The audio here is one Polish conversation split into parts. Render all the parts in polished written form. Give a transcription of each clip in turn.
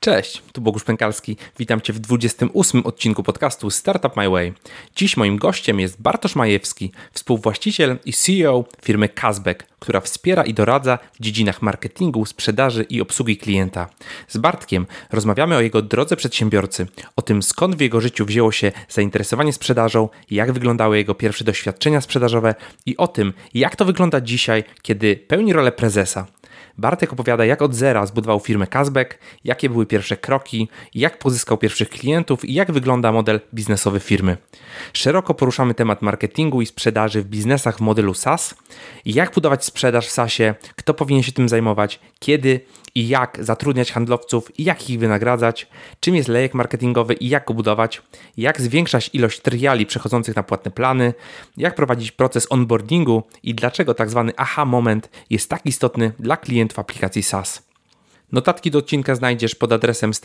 Cześć, tu Bogusz Pękalski. Witam Cię w 28. odcinku podcastu Startup My Way. Dziś moim gościem jest Bartosz Majewski, współwłaściciel i CEO firmy Kazbek, która wspiera i doradza w dziedzinach marketingu, sprzedaży i obsługi klienta. Z Bartkiem rozmawiamy o jego drodze przedsiębiorcy, o tym skąd w jego życiu wzięło się zainteresowanie sprzedażą, jak wyglądały jego pierwsze doświadczenia sprzedażowe i o tym, jak to wygląda dzisiaj, kiedy pełni rolę prezesa. Bartek opowiada, jak od zera zbudował firmę Kazbek, jakie były pierwsze kroki, jak pozyskał pierwszych klientów i jak wygląda model biznesowy firmy. Szeroko poruszamy temat marketingu i sprzedaży w biznesach w modelu SaaS, jak budować sprzedaż w SaaSie, kto powinien się tym zajmować, kiedy i jak zatrudniać handlowców i jak ich wynagradzać, czym jest lejek marketingowy i jak go budować, jak zwiększać ilość triali przechodzących na płatne plany, jak prowadzić proces onboardingu i dlaczego tak zwany aha moment jest tak istotny dla klientów aplikacji SaaS. Notatki do odcinka znajdziesz pod adresem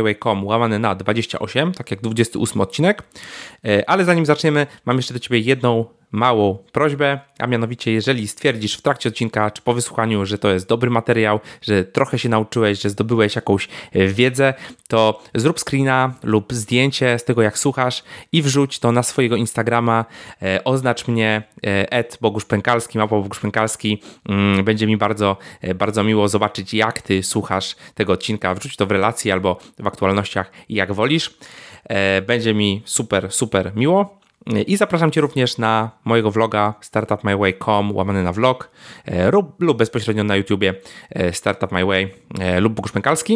startupmyway.com/28, tak jak 28 odcinek, ale zanim zaczniemy, mam jeszcze do Ciebie jedną małą prośbę, a mianowicie jeżeli stwierdzisz w trakcie odcinka czy po wysłuchaniu, że to jest dobry materiał, że trochę się nauczyłeś, że zdobyłeś jakąś wiedzę, to zrób screena lub zdjęcie z tego jak słuchasz i wrzuć to na swojego Instagrama, oznacz mnie @boguszpękalski, @boguszpękalski. Będzie mi bardzo, bardzo miło zobaczyć jak Ty słuchasz tego odcinka, wrzuć to w relacji albo w aktualnościach jak wolisz. Będzie mi super miło. I zapraszam Cię również na mojego vloga startupmyway.com/vlog lub bezpośrednio na YouTubie Startup My Way lub Bogusz Pękalski.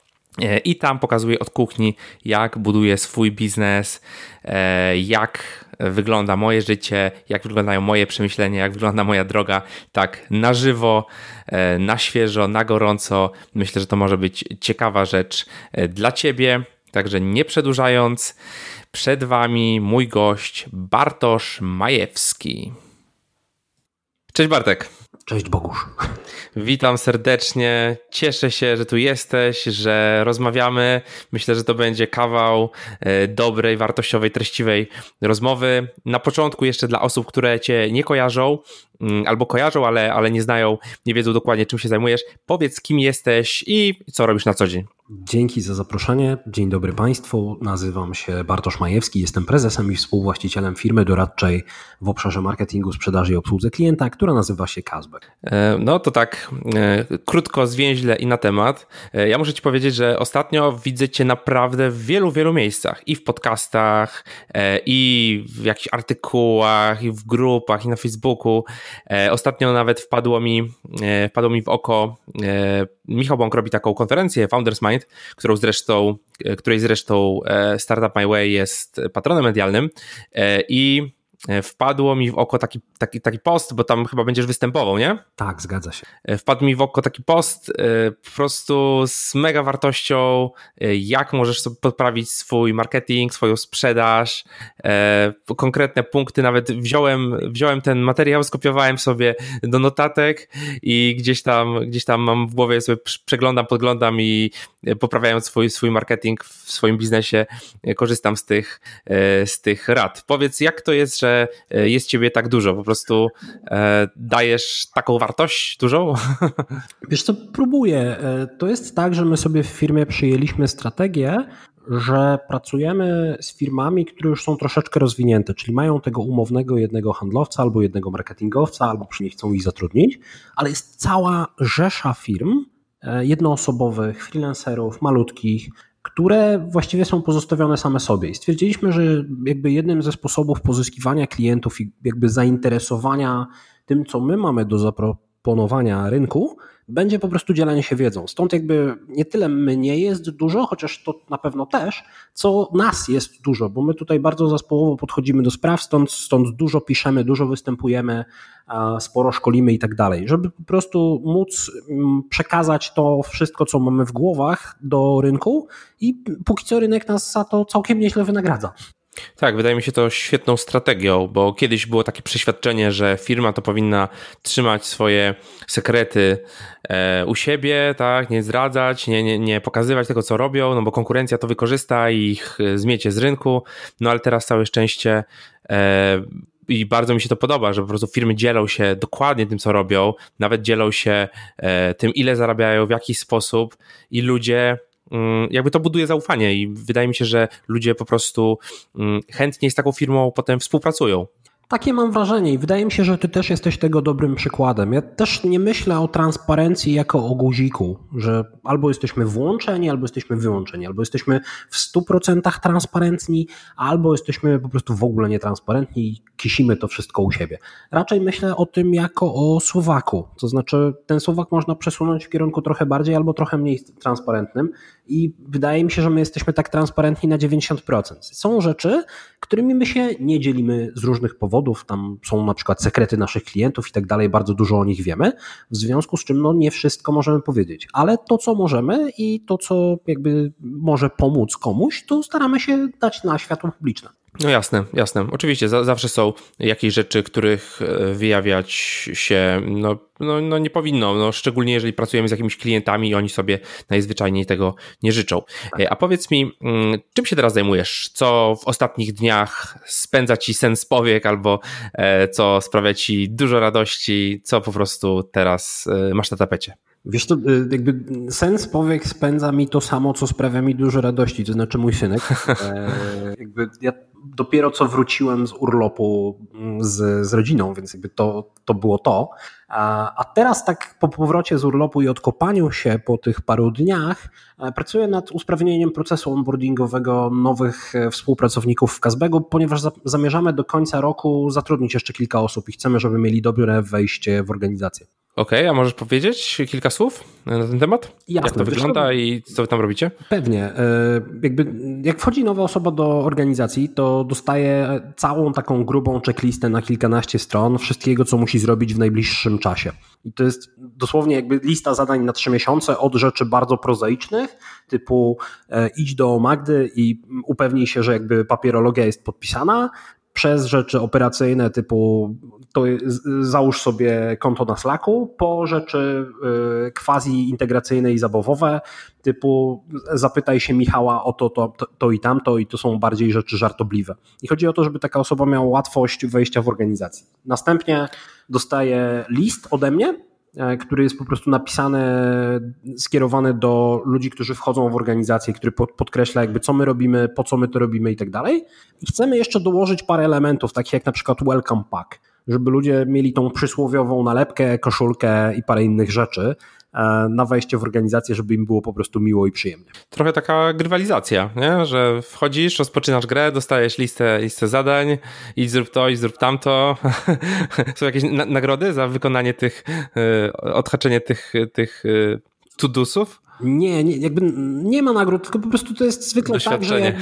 I tam pokazuję od kuchni, jak buduję swój biznes, jak wygląda moje życie, jak wyglądają moje przemyślenia, jak wygląda moja droga, tak na żywo, na świeżo, na gorąco. Myślę, że to może być ciekawa rzecz dla Ciebie, także nie przedłużając, przed Wami mój gość Bartosz Majewski. Cześć Bartek. Cześć Bogusz. Witam serdecznie, cieszę się, że tu jesteś, że rozmawiamy. Myślę, że to będzie kawał dobrej, wartościowej, treściwej rozmowy. Na początku jeszcze dla osób, które Cię nie kojarzą, albo kojarzą, ale nie znają, nie wiedzą dokładnie czym się zajmujesz. Powiedz kim jesteś i co robisz na co dzień. Dzięki za zaproszenie. Dzień dobry Państwu. Nazywam się Bartosz Majewski. Jestem prezesem i współwłaścicielem firmy doradczej w obszarze marketingu, sprzedaży i obsłudze klienta, która nazywa się Kazbek. No to tak krótko, zwięźle i na temat. Ja muszę Ci powiedzieć, że ostatnio widzę Cię naprawdę w wielu miejscach. I w podcastach, i w jakichś artykułach, i w grupach, i na Facebooku. Ostatnio nawet wpadło mi w oko, Michał Bąk robi taką konferencję Founders Mind, której zresztą Startup My Way jest patronem medialnym i wpadło mi w oko taki post, bo tam chyba będziesz występował, nie? Tak, zgadza się. Wpadł mi w oko taki post po prostu z mega wartością, jak możesz sobie poprawić swój marketing, swoją sprzedaż, konkretne punkty, nawet wziąłem ten materiał, skopiowałem sobie do notatek i gdzieś tam mam w głowie, sobie podglądam i poprawiając swój marketing w swoim biznesie, korzystam z tych rad. Powiedz, jak to jest, że jest Ciebie tak dużo? Po prostu dajesz taką wartość dużą? Wiesz co, próbuję. To jest tak, że my sobie w firmie przyjęliśmy strategię, że pracujemy z firmami, które już są troszeczkę rozwinięte, czyli mają tego umownego jednego handlowca albo jednego marketingowca, albo przynajmniej chcą ich zatrudnić, ale jest cała rzesza firm jednoosobowych, freelancerów, malutkich, które właściwie są pozostawione same sobie. I stwierdziliśmy, że jakby jednym ze sposobów pozyskiwania klientów i jakby zainteresowania tym, co my mamy do zaproponowania rynku, będzie po prostu dzielenie się wiedzą. Stąd jakby nie tyle mnie jest dużo, chociaż to na pewno też, co nas jest dużo, bo my tutaj bardzo zespołowo podchodzimy do spraw, stąd dużo piszemy, dużo występujemy, sporo szkolimy i tak dalej, żeby po prostu móc przekazać to wszystko, co mamy w głowach do rynku i póki co rynek nas za to całkiem nieźle wynagradza. Tak, wydaje mi się to świetną strategią, bo kiedyś było takie przeświadczenie, że firma to powinna trzymać swoje sekrety u siebie, tak, nie zdradzać, nie pokazywać tego, co robią, no bo konkurencja to wykorzysta i ich zmiecie z rynku, no ale teraz całe szczęście i bardzo mi się to podoba, że po prostu firmy dzielą się dokładnie tym, co robią, nawet dzielą się tym, ile zarabiają, w jaki sposób i ludzie jakby to buduje zaufanie i wydaje mi się, że ludzie po prostu chętniej z taką firmą potem współpracują. Takie mam wrażenie i wydaje mi się, że ty też jesteś tego dobrym przykładem. Ja też nie myślę o transparencji jako o guziku, że albo jesteśmy włączeni, albo jesteśmy wyłączeni, albo jesteśmy w 100% transparentni, albo jesteśmy po prostu w ogóle nietransparentni i kisimy to wszystko u siebie. Raczej myślę o tym jako o suwaku, to znaczy ten suwak można przesunąć w kierunku trochę bardziej albo trochę mniej transparentnym i wydaje mi się, że my jesteśmy tak transparentni na 90%. Są rzeczy, którymi my się nie dzielimy z różnych powodów, tam są na przykład sekrety naszych klientów i tak dalej, bardzo dużo o nich wiemy, w związku z czym nie wszystko możemy powiedzieć, ale to co możemy i to co jakby może pomóc komuś, to staramy się dać na światło publiczne. No jasne. Oczywiście zawsze są jakieś rzeczy, których wyjawiać się nie powinno, szczególnie jeżeli pracujemy z jakimiś klientami i oni sobie najzwyczajniej tego nie życzą. A powiedz mi, czym się teraz zajmujesz? Co w ostatnich dniach spędza ci sen z powiek albo co sprawia ci dużo radości, co po prostu teraz masz na tapecie? Wiesz to, jakby sens powiek spędza mi to samo, co sprawia mi dużo radości, to znaczy mój synek. Ja dopiero co wróciłem z urlopu z rodziną, więc jakby to było to. A teraz tak po powrocie z urlopu i odkopaniu się po tych paru dniach pracuję nad usprawnieniem procesu onboardingowego nowych współpracowników w Kazbegu, ponieważ zamierzamy do końca roku zatrudnić jeszcze kilka osób i chcemy, żeby mieli dobre wejście w organizację. Okej, a możesz powiedzieć kilka słów na ten temat? Jasne, jak to wygląda i co wy tam robicie? Pewnie. Jak wchodzi nowa osoba do organizacji, to dostaje całą taką grubą checklistę na kilkanaście stron wszystkiego, co musi zrobić w najbliższym czasie. I to jest dosłownie jakby lista zadań na 3 miesiące od rzeczy bardzo prozaicznych, typu idź do Magdy i upewnij się, że jakby papierologia jest podpisana, przez rzeczy operacyjne typu to załóż sobie konto na Slacku, po rzeczy quasi integracyjne i zabawowe typu zapytaj się Michała o to i tamto i to są bardziej rzeczy żartobliwe. I chodzi o to, żeby taka osoba miała łatwość wejścia w organizację. Następnie dostaje list ode mnie, który jest po prostu napisany, skierowany do ludzi, którzy wchodzą w organizację, który podkreśla jakby co my robimy, po co my to robimy i tak dalej. I chcemy jeszcze dołożyć parę elementów, takich jak na przykład welcome pack, żeby ludzie mieli tą przysłowiową nalepkę, koszulkę i parę innych rzeczy na wejście w organizację, żeby im było po prostu miło i przyjemnie. Trochę taka grywalizacja, nie? Że wchodzisz, rozpoczynasz grę, dostajesz listę zadań, idź zrób to, idź zrób tamto. Są jakieś nagrody za wykonanie tych, odhaczenie tych to-dosów? Jakby nie ma nagród, tylko po prostu to jest zwykle tak, że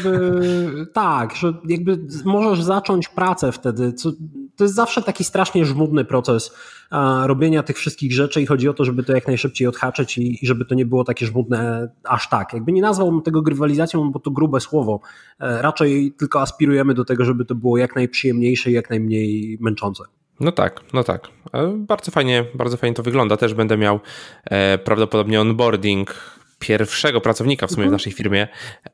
że jakby możesz zacząć pracę wtedy. To jest zawsze taki strasznie żmudny proces robienia tych wszystkich rzeczy i chodzi o to, żeby to jak najszybciej odhaczyć i żeby to nie było takie żmudne aż tak. Jakby nie nazwałbym tego grywalizacją, bo to grube słowo. Raczej tylko aspirujemy do tego, żeby to było jak najprzyjemniejsze i jak najmniej męczące. No tak. Bardzo fajnie to wygląda. Też będę miał prawdopodobnie onboarding pierwszego pracownika w sumie w naszej firmie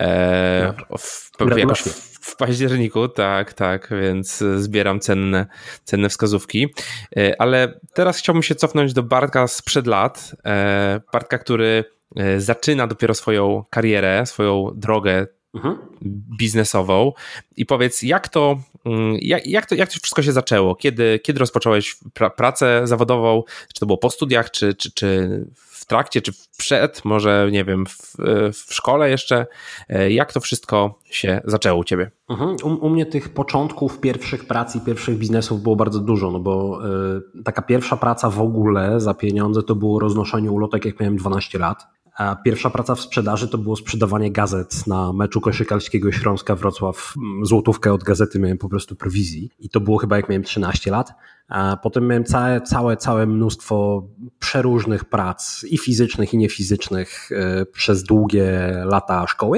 jakoś w październiku, tak, więc zbieram cenne wskazówki. Ale teraz chciałbym się cofnąć do Bartka sprzed lat. Bartka, który zaczyna dopiero swoją karierę, swoją drogę biznesową i powiedz, jak to wszystko się zaczęło? Kiedy rozpocząłeś pracę zawodową? Czy to było po studiach, czy w trakcie, czy przed, może nie wiem, w szkole jeszcze? Jak to wszystko się zaczęło u ciebie? U mnie tych początków pierwszych prac i pierwszych biznesów było bardzo dużo, no bo taka pierwsza praca w ogóle za pieniądze to było roznoszenie ulotek, jak miałem 12 lat. A pierwsza praca w sprzedaży to było sprzedawanie gazet na meczu koszykarskiego Śląska Wrocław. Złotówkę od gazety miałem po prostu prowizji i to było chyba jak miałem 13 lat. A potem miałem całe mnóstwo przeróżnych prac i fizycznych i niefizycznych przez długie lata szkoły.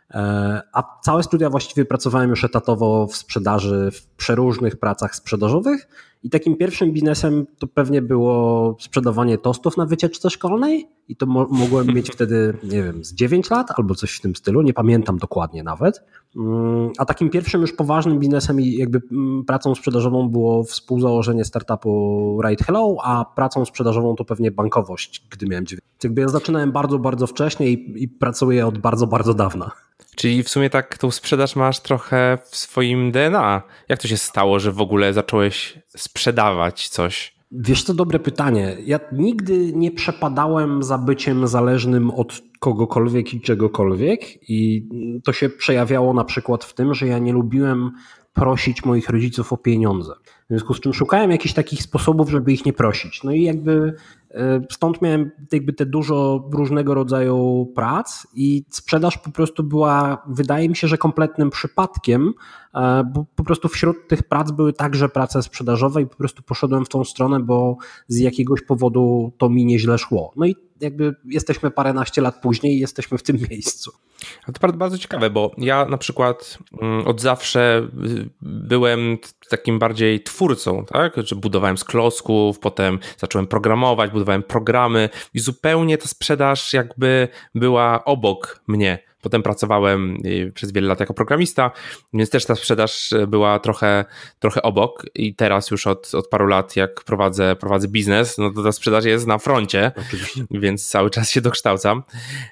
A całe studia właściwie pracowałem już etatowo w sprzedaży, w przeróżnych pracach sprzedażowych i takim pierwszym biznesem to pewnie było sprzedawanie tostów na wycieczce szkolnej i to mogłem mieć wtedy, nie wiem, z 9 lat albo coś w tym stylu, nie pamiętam dokładnie nawet. A takim pierwszym już poważnym biznesem i jakby pracą sprzedażową było współzałożenie startupu Right Hello, a pracą sprzedażową to pewnie bankowość, gdy miałem 9. Jakby ja zaczynałem bardzo, bardzo wcześnie i pracuję od bardzo, bardzo dawna. Czyli w sumie tak tą sprzedaż masz trochę w swoim DNA. Jak to się stało, że w ogóle zacząłeś sprzedawać coś? Wiesz co, dobre pytanie. Ja nigdy nie przepadałem za byciem zależnym od kogokolwiek i czegokolwiek i to się przejawiało na przykład w tym, że ja nie lubiłem prosić moich rodziców o pieniądze. W związku z czym szukałem jakichś takich sposobów, żeby ich nie prosić. No i jakby stąd miałem jakby te dużo różnego rodzaju prac i sprzedaż po prostu była, wydaje mi się, że kompletnym przypadkiem, bo po prostu wśród tych prac były także prace sprzedażowe i po prostu poszedłem w tą stronę, bo z jakiegoś powodu to mi nieźle szło. No i jakby jesteśmy paręnaście lat później i jesteśmy w tym miejscu. A to bardzo ciekawe, bo ja na przykład od zawsze byłem takim bardziej twórcą, tak? Że budowałem z klocków, potem zacząłem programować, budowałem programy i zupełnie ta sprzedaż jakby była obok mnie. Potem pracowałem przez wiele lat jako programista, więc też ta sprzedaż była trochę obok i teraz już od paru lat jak prowadzę biznes, no to ta sprzedaż jest na froncie, więc cały czas się dokształcam.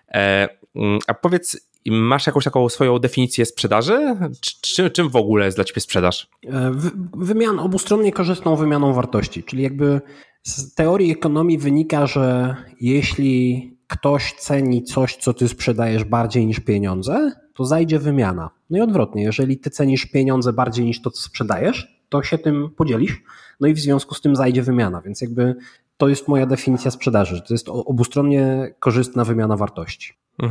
A powiedz, masz jakąś taką swoją definicję sprzedaży? Czym w ogóle jest dla ciebie sprzedaż? Obustronnie korzystną wymianą wartości, czyli jakby z teorii ekonomii wynika, że jeśli ktoś ceni coś, co ty sprzedajesz bardziej niż pieniądze, to zajdzie wymiana. No i odwrotnie, jeżeli ty cenisz pieniądze bardziej niż to, co sprzedajesz, to się tym podzielisz, no i w związku z tym zajdzie wymiana, więc jakby to jest moja definicja sprzedaży, że to jest obustronnie korzystna wymiana wartości.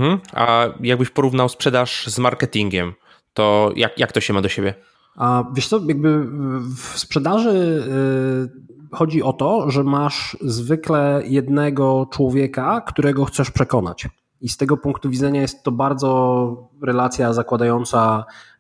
A jakbyś porównał sprzedaż z marketingiem, to jak to się ma do siebie? A wiesz co, jakby w sprzedaży chodzi o to, że masz zwykle jednego człowieka, którego chcesz przekonać. I z tego punktu widzenia jest to bardzo relacja zakładająca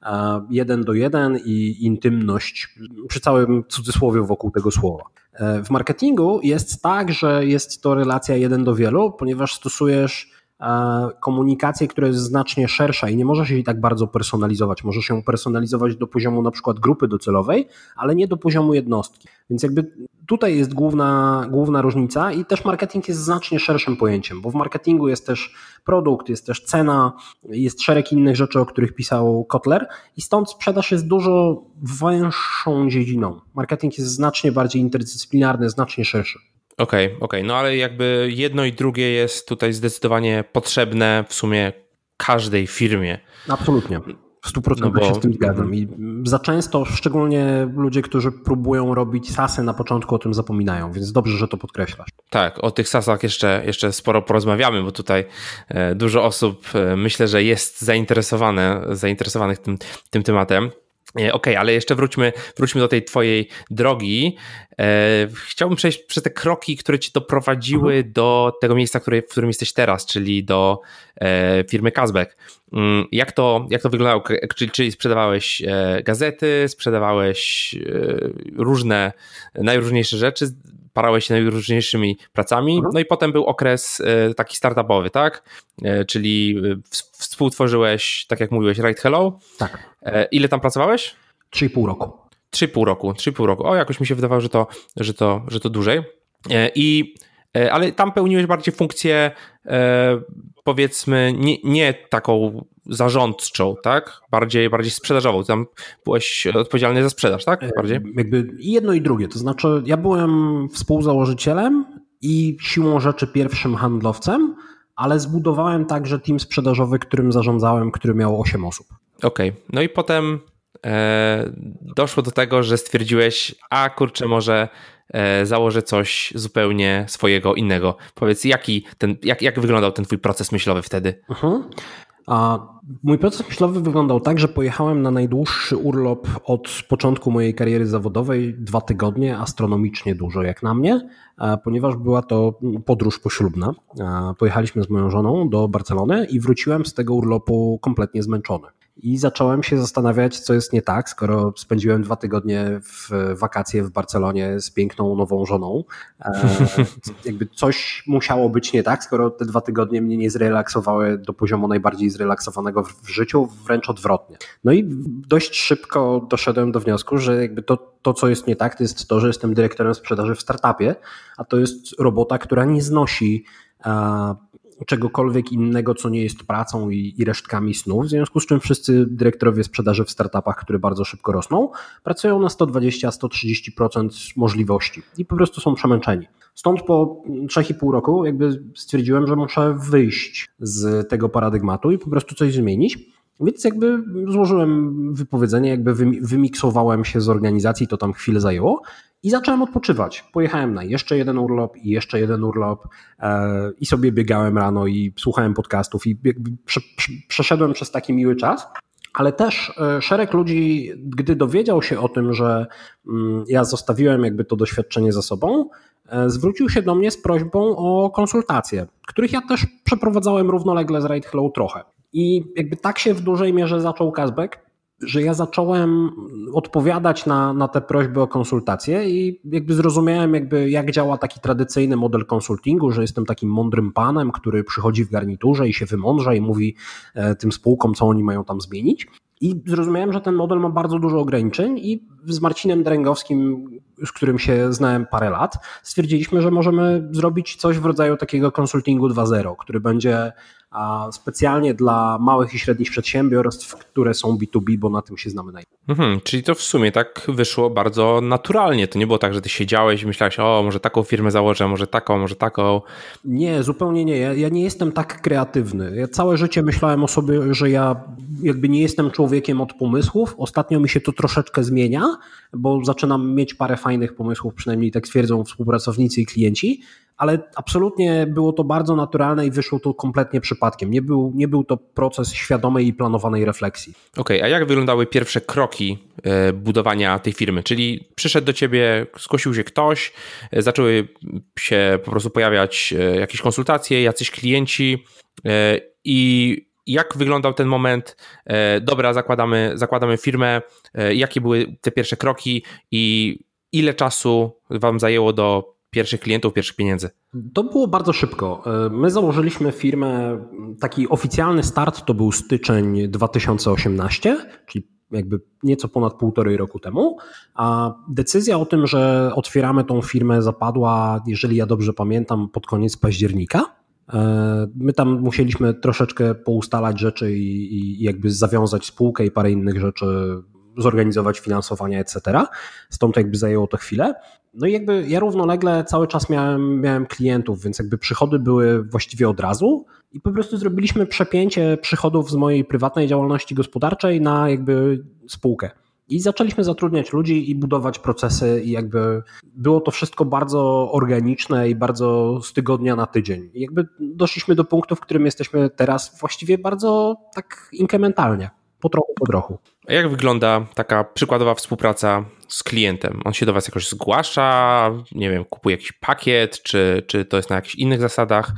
1 do 1 i intymność przy całym cudzysłowie wokół tego słowa. W marketingu jest tak, że jest to relacja 1 do wielu, ponieważ stosujesz komunikację, która jest znacznie szersza i nie możesz jej tak bardzo personalizować. Możesz ją personalizować do poziomu na przykład grupy docelowej, ale nie do poziomu jednostki. Więc jakby tutaj jest główna różnica i też marketing jest znacznie szerszym pojęciem, bo w marketingu jest też produkt, jest też cena, jest szereg innych rzeczy, o których pisał Kotler i stąd sprzedaż jest dużo węższą dziedziną. Marketing jest znacznie bardziej interdyscyplinarny, znacznie szerszy. Okej. No ale jakby jedno i drugie jest tutaj zdecydowanie potrzebne w sumie każdej firmie. Absolutnie. W 100% się z tym zgadzam. I za często, szczególnie ludzie, którzy próbują robić SaaS-y na początku o tym zapominają, więc dobrze, że to podkreślasz. Tak, o tych SaaS-ach jeszcze sporo porozmawiamy, bo tutaj dużo osób myślę, że jest zainteresowanych tym tematem. Okej, ale jeszcze wróćmy do tej twojej drogi. Chciałbym przejść przez te kroki, które ci doprowadziły do tego miejsca, w którym jesteś teraz, czyli do firmy Kazbek. Jak to wyglądało? Czyli sprzedawałeś gazety, sprzedawałeś najróżniejsze rzeczy, parałeś się najróżniejszymi pracami, no i potem był okres taki startupowy, tak? Czyli współtworzyłeś, tak jak mówiłeś, Right Hello. Tak. Ile tam pracowałeś? 3,5 roku. 3,5 roku. O, jakoś mi się wydawało, że to dłużej. Ale tam pełniłeś bardziej funkcję, powiedzmy, nie taką zarządczą, tak? Bardziej sprzedażową. Tam byłeś odpowiedzialny za sprzedaż, tak? Bardziej? Jakby jedno i drugie. To znaczy, ja byłem współzałożycielem i siłą rzeczy pierwszym handlowcem, ale zbudowałem także team sprzedażowy, którym zarządzałem, który miał 8 osób. Okej. No i potem doszło do tego, że stwierdziłeś, może założę coś zupełnie swojego innego. Powiedz, jak wyglądał ten twój proces myślowy wtedy? A mój proces myślowy wyglądał tak, że pojechałem na najdłuższy urlop od początku mojej kariery zawodowej, 2 tygodnie, astronomicznie dużo jak na mnie, ponieważ była to podróż poślubna. Pojechaliśmy z moją żoną do Barcelony i wróciłem z tego urlopu kompletnie zmęczony. I zacząłem się zastanawiać, co jest nie tak, skoro spędziłem 2 tygodnie w wakacje w Barcelonie z piękną nową żoną. Jakby coś musiało być nie tak, skoro te 2 tygodnie mnie nie zrelaksowały do poziomu najbardziej zrelaksowanego w życiu, wręcz odwrotnie. No i dość szybko doszedłem do wniosku, że jakby to co jest nie tak, to jest to, że jestem dyrektorem sprzedaży w startupie, a to jest robota, która nie znosi czegokolwiek innego, co nie jest pracą i resztkami snu, w związku z czym wszyscy dyrektorowie sprzedaży w startupach, które bardzo szybko rosną, pracują na 120-130% możliwości i po prostu są przemęczeni. Stąd po 3,5 roku jakby stwierdziłem, że muszę wyjść z tego paradygmatu i po prostu coś zmienić. Więc jakby złożyłem wypowiedzenie, jakby wymiksowałem się z organizacji, to tam chwilę zajęło i zacząłem odpoczywać. Pojechałem na jeszcze jeden urlop i jeszcze jeden urlop i sobie biegałem rano i słuchałem podcastów i jakby przeszedłem przez taki miły czas. Ale też szereg ludzi, gdy dowiedział się o tym, że ja zostawiłem jakby to doświadczenie za sobą, zwrócił się do mnie z prośbą o konsultacje, których ja też przeprowadzałem równolegle z Right Hello trochę. I jakby tak się w dużej mierze zaczął Kazbek, że ja zacząłem odpowiadać na te prośby o konsultacje i jakby zrozumiałem jak działa taki tradycyjny model konsultingu, że jestem takim mądrym panem, który przychodzi w garniturze i się wymądrza i mówi tym spółkom, co oni mają tam zmienić. I zrozumiałem, że ten model ma bardzo dużo ograniczeń i z Marcinem Dręgowskim, z którym się znałem parę lat, stwierdziliśmy, że możemy zrobić coś w rodzaju takiego konsultingu 2.0, który będzie specjalnie dla małych i średnich przedsiębiorstw, które są B2B, bo na tym się znamy najlepiej. Czyli to w sumie tak wyszło bardzo naturalnie. To nie było tak, że ty siedziałeś i myślałeś, może taką firmę założę, może taką. Nie, zupełnie nie. Ja nie jestem tak kreatywny. Ja całe życie myślałem o sobie, że ja jakby nie jestem człowiekiem od pomysłów. Ostatnio mi się to troszeczkę zmienia, bo zaczynam mieć parę fajnych pomysłów, przynajmniej tak twierdzą współpracownicy i klienci, ale absolutnie było to bardzo naturalne i wyszło to kompletnie przypadkiem. Nie był to proces świadomej i planowanej refleksji. Okej, a jak wyglądały pierwsze kroki budowania tej firmy? Czyli przyszedł do ciebie, zgłosił się ktoś, zaczęły się po prostu pojawiać jakieś konsultacje, jacyś klienci i jak wyglądał ten moment? Dobra, zakładamy firmę. Jakie były te pierwsze kroki i ile czasu wam zajęło do pierwszych klientów, pierwszych pieniędzy? To było bardzo szybko. My założyliśmy firmę, taki oficjalny start to był styczeń 2018, czyli jakby nieco ponad 1,5 roku temu, a decyzja o tym, że otwieramy tą firmę zapadła, jeżeli ja dobrze pamiętam, pod koniec października. My tam musieliśmy troszeczkę poustalać rzeczy i jakby zawiązać spółkę i parę innych rzeczy, zorganizować finansowanie, etc. Stąd jakby zajęło to chwilę. No i jakby ja równolegle cały czas miałem klientów, więc jakby przychody były właściwie od razu i po prostu zrobiliśmy przepięcie przychodów z mojej prywatnej działalności gospodarczej na jakby spółkę. I zaczęliśmy zatrudniać ludzi i budować procesy i jakby było to wszystko bardzo organiczne i bardzo z tygodnia na tydzień. I jakby doszliśmy do punktu, w którym jesteśmy teraz właściwie bardzo tak inkrementalnie, po trochu. A jak wygląda taka przykładowa współpraca z klientem? On się do was jakoś zgłasza, nie wiem, kupuje jakiś pakiet, czy to jest na jakichś innych zasadach?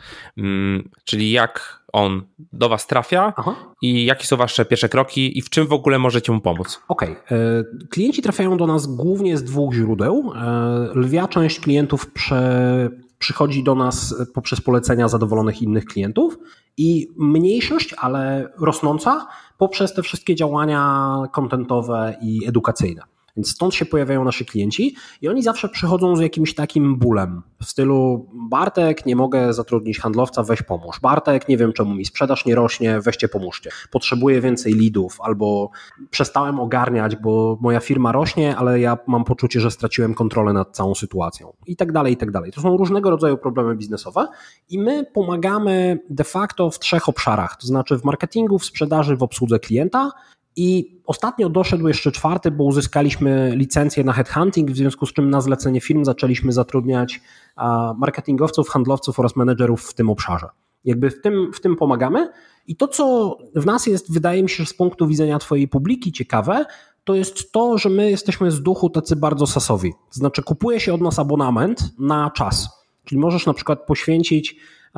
Czyli jak on do was trafia i jakie są wasze pierwsze kroki i w czym w ogóle możecie mu pomóc? Okej. Klienci trafiają do nas głównie z 2 źródeł. Lwia część klientów przychodzi do nas poprzez polecenia zadowolonych innych klientów i mniejszość, ale rosnąca, poprzez te wszystkie działania kontentowe i edukacyjne. Więc stąd się pojawiają nasi klienci i oni zawsze przychodzą z jakimś takim bólem w stylu: Bartek, nie mogę zatrudnić handlowca, weź pomóż. Bartek, nie wiem czemu mi sprzedaż nie rośnie, weźcie pomóżcie. Potrzebuję więcej leadów albo przestałem ogarniać, bo moja firma rośnie, ale ja mam poczucie, że straciłem kontrolę nad całą sytuacją i tak dalej, i tak dalej. To są różnego rodzaju problemy biznesowe i my pomagamy de facto w 3 obszarach, to znaczy w marketingu, w sprzedaży, w obsłudze klienta. I ostatnio doszedł jeszcze 4, bo uzyskaliśmy licencję na headhunting, w związku z czym na zlecenie firm zaczęliśmy zatrudniać marketingowców, handlowców oraz menedżerów w tym obszarze. Jakby w tym pomagamy I to, co w nas jest, wydaje mi się, że z punktu widzenia twojej publiki ciekawe, to jest to, że my jesteśmy z duchu tacy bardzo sasowi. To znaczy kupuje się od nas abonament na czas. Czyli możesz na przykład poświęcić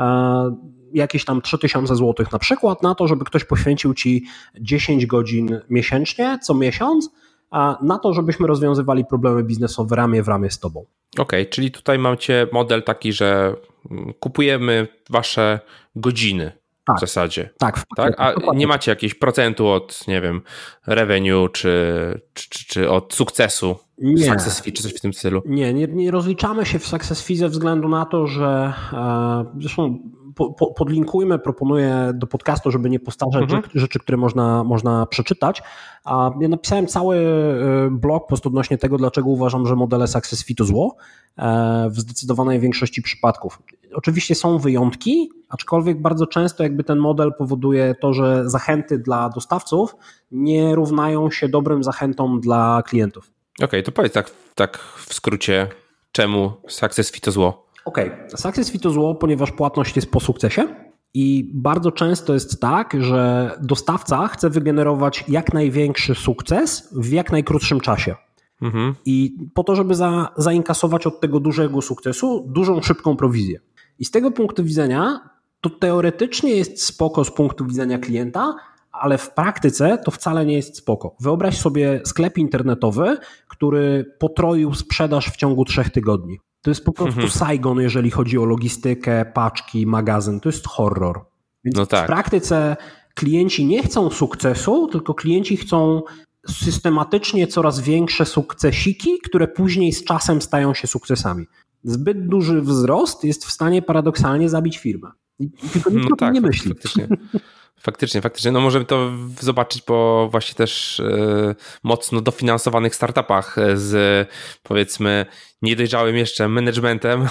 jakieś tam 3000 zł na przykład na to, żeby ktoś poświęcił ci 10 godzin miesięcznie, co miesiąc, na to, żebyśmy rozwiązywali problemy biznesowe ramię w ramię z tobą. Okej, czyli tutaj macie model taki, że kupujemy wasze godziny w zasadzie. Tak. A nie macie jakiegoś procentu od, nie wiem, revenue czy od sukcesu w Success Fee, czy coś w tym stylu? Nie rozliczamy się w Success Fee ze względu na to, że zresztą podlinkujmy, proponuję do podcastu, żeby nie powtarzać rzeczy, które można przeczytać. Ja napisałem cały blog post odnośnie tego, dlaczego uważam, że modele Success Fee to zło w zdecydowanej większości przypadków. Oczywiście są wyjątki, aczkolwiek bardzo często jakby ten model powoduje to, że zachęty dla dostawców nie równają się dobrym zachętom dla klientów. Okej, to powiedz tak w skrócie, czemu Success Fee to zło? Success Fee to zło, ponieważ płatność jest po sukcesie i bardzo często jest tak, że dostawca chce wygenerować jak największy sukces w jak najkrótszym czasie. I po to, żeby zainkasować od tego dużego sukcesu dużą, szybką prowizję. I z tego punktu widzenia to teoretycznie jest spoko z punktu widzenia klienta, ale w praktyce to wcale nie jest spoko. Wyobraź sobie sklep internetowy, który potroił sprzedaż w ciągu 3 tygodni. To jest po prostu Saigon, jeżeli chodzi o logistykę, paczki, magazyn. To jest horror. Więc w praktyce klienci nie chcą sukcesu, tylko klienci chcą systematycznie coraz większe sukcesiki, które później z czasem stają się sukcesami. Zbyt duży wzrost jest w stanie paradoksalnie zabić firmę. I tylko nikt o tym nie myśli. Faktycznie. No możemy to zobaczyć po właśnie też mocno dofinansowanych startupach z, powiedzmy, niedojrzałym jeszcze managementem,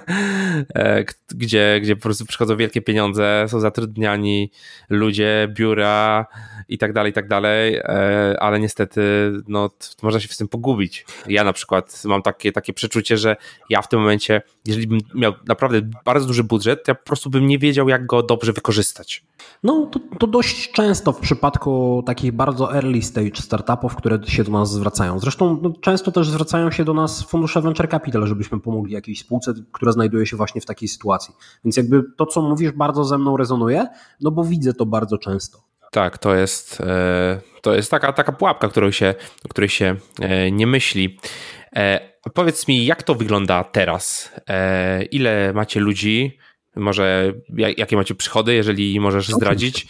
gdzie po prostu przychodzą wielkie pieniądze, są zatrudniani ludzie, biura i tak dalej, ale niestety no, można się w tym pogubić. Ja na przykład mam takie przeczucie, że ja w tym momencie, jeżeli bym miał naprawdę bardzo duży budżet, to ja po prostu bym nie wiedział, jak go dobrze wykorzystać. No to dość często w przypadku takich bardzo early stage startupów, które się do nas zwracają. Zresztą często też zwracają się do nas fundusze venture capital, żebyśmy pomogli jakiejś spółce, która znajduje się właśnie w takiej sytuacji. Więc jakby to, co mówisz, bardzo ze mną rezonuje, no bo widzę to bardzo często. Tak, to jest taka pułapka, o której się nie myśli. Powiedz mi, jak to wygląda teraz? Ile macie ludzi? Może jakie macie przychody, jeżeli możesz zdradzić?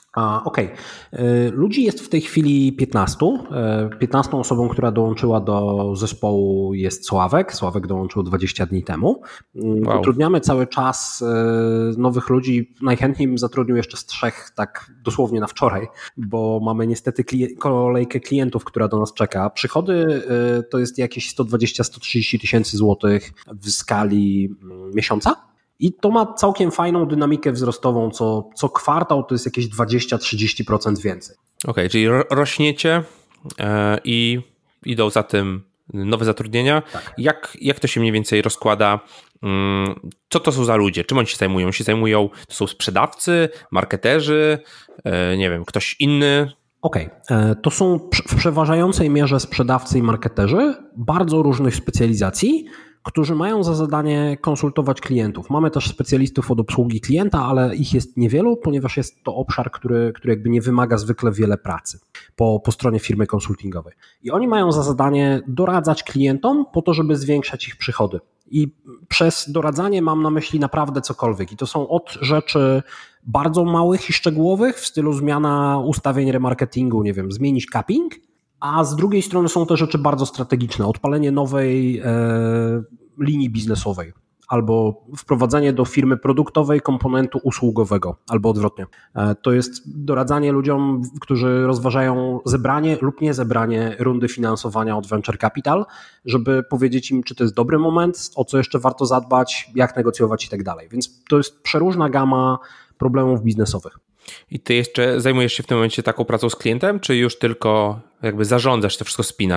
Ludzi jest w tej chwili 15. 15 osobą, która dołączyła do zespołu jest Sławek. Sławek dołączył 20 dni temu. Wow. Utrudniamy cały czas nowych ludzi. Najchętniej bym zatrudnił jeszcze z 3, tak dosłownie na wczoraj, bo mamy niestety kolejkę klientów, która do nas czeka. Przychody to jest jakieś 120-130 tysięcy złotych w skali miesiąca. I to ma całkiem fajną dynamikę wzrostową, co kwartał to jest jakieś 20-30% więcej. Okej, czyli rośniecie i idą za tym nowe zatrudnienia. Tak. Jak to się mniej więcej rozkłada? Co to są za ludzie? Czym oni się zajmują? To są sprzedawcy, marketerzy, nie wiem, ktoś inny? To są w przeważającej mierze sprzedawcy i marketerzy bardzo różnych specjalizacji, którzy mają za zadanie konsultować klientów. Mamy też specjalistów od obsługi klienta, ale ich jest niewielu, ponieważ jest to obszar, który jakby nie wymaga zwykle wiele pracy po stronie firmy konsultingowej. I oni mają za zadanie doradzać klientom po to, żeby zwiększać ich przychody. I przez doradzanie mam na myśli naprawdę cokolwiek. I to są od rzeczy bardzo małych i szczegółowych w stylu zmiana ustawień remarketingu, nie wiem, zmienić capping, a z drugiej strony są te rzeczy bardzo strategiczne. Odpalenie nowej linii biznesowej albo wprowadzenie do firmy produktowej komponentu usługowego albo odwrotnie. To jest doradzanie ludziom, którzy rozważają zebranie lub nie zebranie rundy finansowania od Venture Capital, żeby powiedzieć im, czy to jest dobry moment, o co jeszcze warto zadbać, jak negocjować i tak dalej. Więc to jest przeróżna gama problemów biznesowych. I ty jeszcze zajmujesz się w tym momencie taką pracą z klientem, czy już tylko jakby zarządzasz, to wszystko spinasz?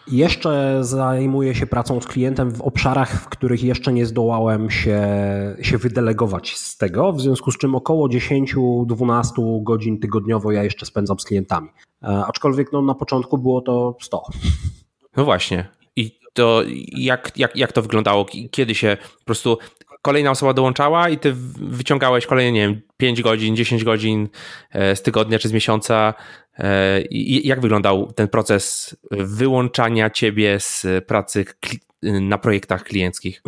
Jeszcze zajmuję się pracą z klientem w obszarach, w których jeszcze nie zdołałem się wydelegować z tego, w związku z czym około 10-12 godzin tygodniowo ja jeszcze spędzam z klientami. Aczkolwiek na początku było to 100. No właśnie. I to jak to wyglądało? Kiedy się po prostu kolejna osoba dołączała i ty wyciągałeś kolejne, nie wiem, 5 godzin, 10 godzin z tygodnia czy z miesiąca? I jak wyglądał ten proces wyłączania ciebie z pracy na projektach klienckich?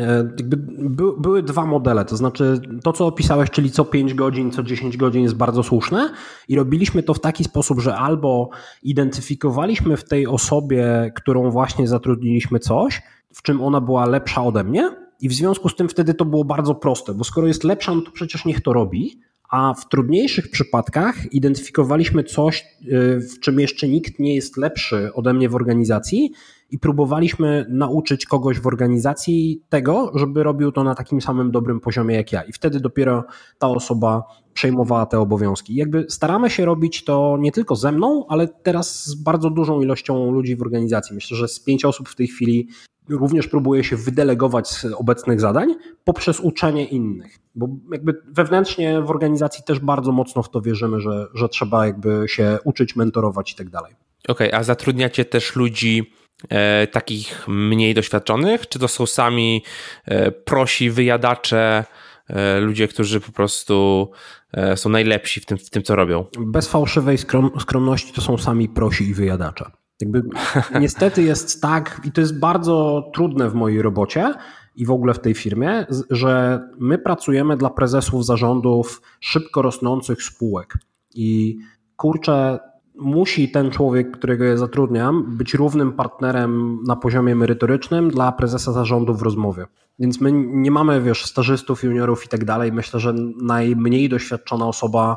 Były dwa modele, to znaczy to, co opisałeś, czyli co 5 godzin, co 10 godzin jest bardzo słuszne i robiliśmy to w taki sposób, że albo identyfikowaliśmy w tej osobie, którą właśnie zatrudniliśmy coś, w czym ona była lepsza ode mnie i w związku z tym wtedy to było bardzo proste, bo skoro jest lepsza, no to przecież niech to robi. A w trudniejszych przypadkach identyfikowaliśmy coś, w czym jeszcze nikt nie jest lepszy ode mnie w organizacji i próbowaliśmy nauczyć kogoś w organizacji tego, żeby robił to na takim samym dobrym poziomie jak ja. I wtedy dopiero ta osoba przejmowała te obowiązki. Jakby staramy się robić to nie tylko ze mną, ale teraz z bardzo dużą ilością ludzi w organizacji. Myślę, że z 5 osób w tej chwili również próbuje się wydelegować z obecnych zadań poprzez uczenie innych. Bo jakby wewnętrznie w organizacji też bardzo mocno w to wierzymy, że trzeba jakby się uczyć, mentorować i tak dalej. Okej, a zatrudniacie też ludzi takich mniej doświadczonych? Czy to są sami prosi wyjadacze, ludzie, którzy po prostu są najlepsi w tym co robią? Bez fałszywej skromności to są sami prosi i wyjadacze. Jakby niestety jest tak, i to jest bardzo trudne w mojej robocie i w ogóle w tej firmie, że my pracujemy dla prezesów zarządów szybko rosnących spółek i kurczę, musi ten człowiek, którego ja zatrudniam, być równym partnerem na poziomie merytorycznym dla prezesa zarządu w rozmowie. Więc my nie mamy, stażystów, juniorów i tak dalej. Myślę, że najmniej doświadczona osoba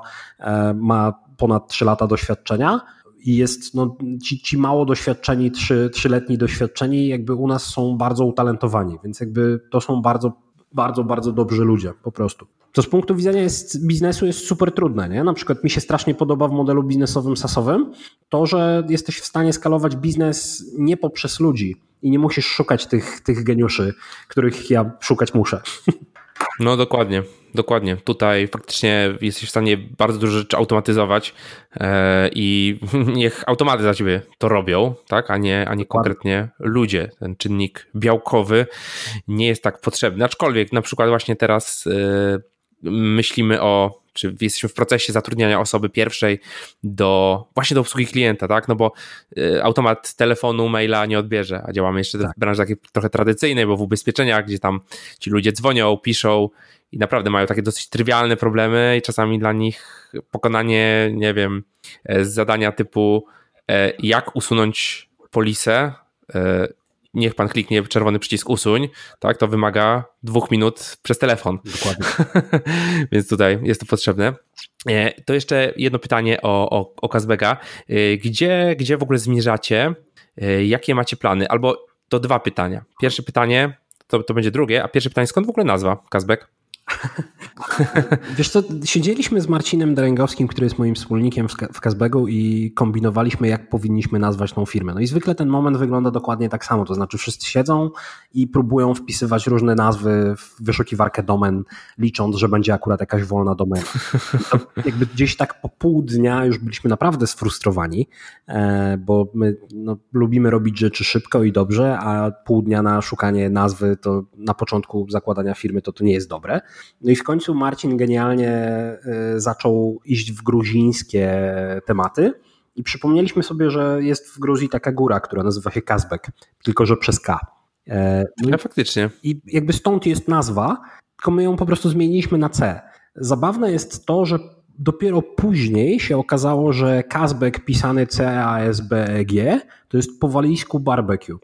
ma ponad 3 lata doświadczenia i jest ci mało doświadczeni, 3-letni doświadczeni jakby u nas są bardzo utalentowani, więc jakby to są bardzo, bardzo, bardzo dobrzy ludzie po prostu. To z punktu widzenia biznesu jest super trudne, nie? Na przykład mi się strasznie podoba w modelu biznesowym SaaS-owym to, że jesteś w stanie skalować biznes nie poprzez ludzi i nie musisz szukać tych geniuszy, których ja szukać muszę. No dokładnie. Tutaj faktycznie jesteś w stanie bardzo dużo rzeczy automatyzować i niech automaty za ciebie to robią, tak? a nie konkretnie ludzie. Ten czynnik białkowy nie jest tak potrzebny, aczkolwiek na przykład właśnie teraz myślimy czy jesteśmy w procesie zatrudniania osoby pierwszej właśnie do obsługi klienta, tak? No bo automat telefonu, maila nie odbierze, a działamy jeszcze w branży takiej trochę tradycyjnej, bo w ubezpieczeniach, gdzie tam ci ludzie dzwonią, piszą i naprawdę mają takie dosyć trywialne problemy i czasami dla nich pokonanie, nie wiem, zadania typu jak usunąć polisę, niech pan kliknie czerwony przycisk usuń, tak, to wymaga 2 minut przez telefon. Dokładnie. Więc tutaj jest to potrzebne. To jeszcze jedno pytanie o Kazbeka. Gdzie w ogóle zmierzacie? Jakie macie plany? Albo to 2 pytania. Pierwsze pytanie, to będzie drugie, a pierwsze pytanie, skąd w ogóle nazwa Kazbek? Wiesz co, siedzieliśmy z Marcinem Dręgowskim, który jest moim wspólnikiem w Kazbegu i kombinowaliśmy, jak powinniśmy nazwać tą firmę. No i zwykle ten moment wygląda dokładnie tak samo, to znaczy wszyscy siedzą i próbują wpisywać różne nazwy w wyszukiwarkę domen, licząc, że będzie akurat jakaś wolna domena. To jakby gdzieś tak po pół dnia już byliśmy naprawdę sfrustrowani, bo my lubimy robić rzeczy szybko i dobrze, a pół dnia na szukanie nazwy to na początku zakładania firmy to nie jest dobre. No i w końcu Marcin genialnie zaczął iść w gruzińskie tematy i przypomnieliśmy sobie, że jest w Gruzji taka góra, która nazywa się Kazbek, tylko że przez K. No faktycznie. I jakby stąd jest nazwa, tylko my ją po prostu zmieniliśmy na C. Zabawne jest to, że dopiero później się okazało, że Kazbek pisany C-A-S-B-E-G to jest po walijsku barbecue.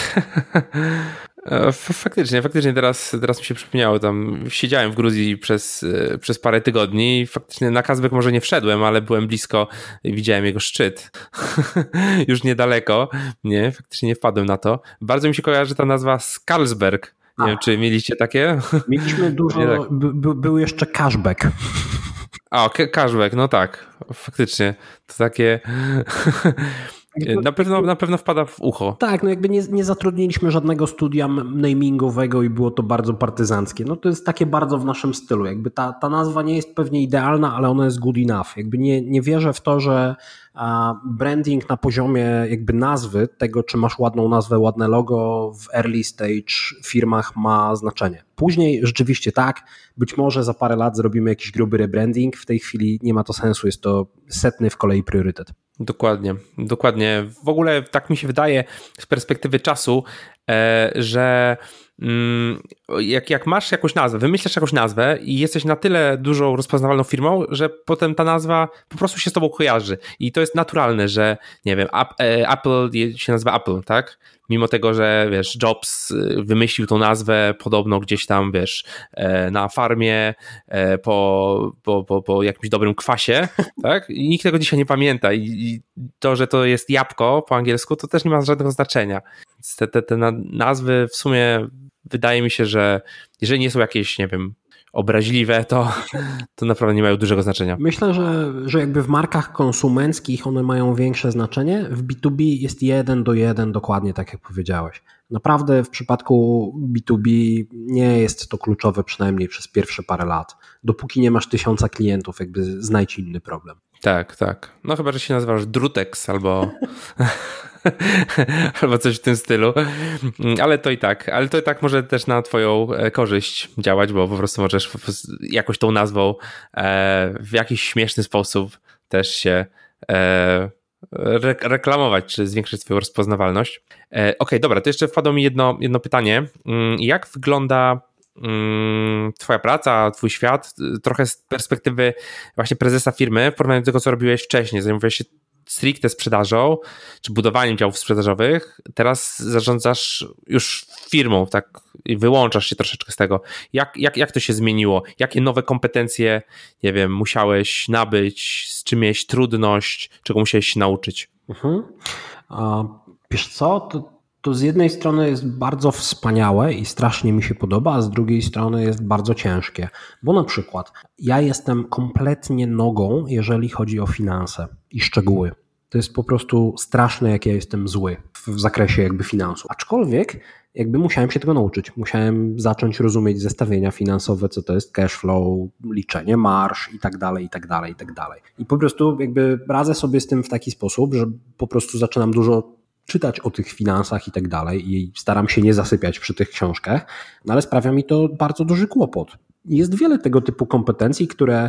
Faktycznie teraz mi się przypomniało, tam siedziałem w Gruzji przez parę tygodni i faktycznie na Kazbek może nie wszedłem, ale byłem blisko i widziałem jego szczyt. Już niedaleko, faktycznie nie wpadłem na to. Bardzo mi się kojarzy ta nazwa z Carlsberg. Nie wiem, czy mieliście takie? Mieliśmy dużo, tak. Był jeszcze cashback. Cashback, no tak, faktycznie. To takie... Na pewno wpada w ucho. Tak, no jakby nie zatrudniliśmy żadnego studia namingowego i było to bardzo partyzanckie. No to jest takie bardzo w naszym stylu. Jakby ta nazwa nie jest pewnie idealna, ale ona jest good enough. Jakby nie wierzę w to, że branding na poziomie jakby nazwy, tego czy masz ładną nazwę, ładne logo w early stage firmach ma znaczenie. Później rzeczywiście tak, być może za parę lat zrobimy jakiś gruby rebranding, w tej chwili nie ma to sensu, jest to setny w kolei priorytet. Dokładnie. W ogóle tak mi się wydaje z perspektywy czasu, że jak masz jakąś nazwę, wymyślasz jakąś nazwę i jesteś na tyle dużą rozpoznawalną firmą, że potem ta nazwa po prostu się z tobą kojarzy i to jest naturalne, że nie wiem, Apple się nazywa Apple, tak? Mimo tego, że wiesz, Jobs wymyślił tą nazwę podobno gdzieś tam, wiesz, na farmie po jakimś dobrym kwasie, tak? I nikt tego dzisiaj nie pamięta i to, że to jest jabłko po angielsku, to też nie ma żadnego znaczenia. Te nazwy w sumie wydaje mi się, że jeżeli nie są jakieś, nie wiem, obraźliwe, to naprawdę nie mają dużego znaczenia. Myślę, że jakby w markach konsumenckich one mają większe znaczenie. W B2B jest 1:1, dokładnie tak jak powiedziałeś. Naprawdę w przypadku B2B nie jest to kluczowe, przynajmniej przez pierwsze parę lat. Dopóki nie masz 1000 klientów, jakby znajdź inny problem. Tak. No chyba, że się nazywasz Drutex albo coś w tym stylu, ale to i tak może też na twoją korzyść działać, bo po prostu możesz jakoś tą nazwą w jakiś śmieszny sposób też się reklamować, czy zwiększyć swoją rozpoznawalność. Okej, dobra, to jeszcze wpadło mi jedno pytanie. Jak wygląda twoja praca, twój świat, trochę z perspektywy właśnie prezesa firmy, w porównaniu do tego, co robiłeś wcześniej? Zajmowałeś się stricte sprzedażą, czy budowaniem działów sprzedażowych, teraz zarządzasz już firmą, tak, i wyłączasz się troszeczkę z tego. Jak to się zmieniło? Jakie nowe kompetencje, nie wiem, musiałeś nabyć, z czym miałeś trudność, czego musiałeś się nauczyć? Wiesz co, to z jednej strony jest bardzo wspaniałe i strasznie mi się podoba, a z drugiej strony jest bardzo ciężkie, bo na przykład ja jestem kompletnie nogą, jeżeli chodzi o finanse i szczegóły. To jest po prostu straszne, jak ja jestem zły w zakresie jakby finansów. Aczkolwiek jakby musiałem się tego nauczyć. Musiałem zacząć rozumieć zestawienia finansowe, co to jest cash flow, liczenie marż i tak dalej. I po prostu jakby radzę sobie z tym w taki sposób, że po prostu zaczynam dużo czytać o tych finansach i tak dalej i staram się nie zasypiać przy tych książkach, no ale sprawia mi to bardzo duży kłopot. Jest wiele tego typu kompetencji, które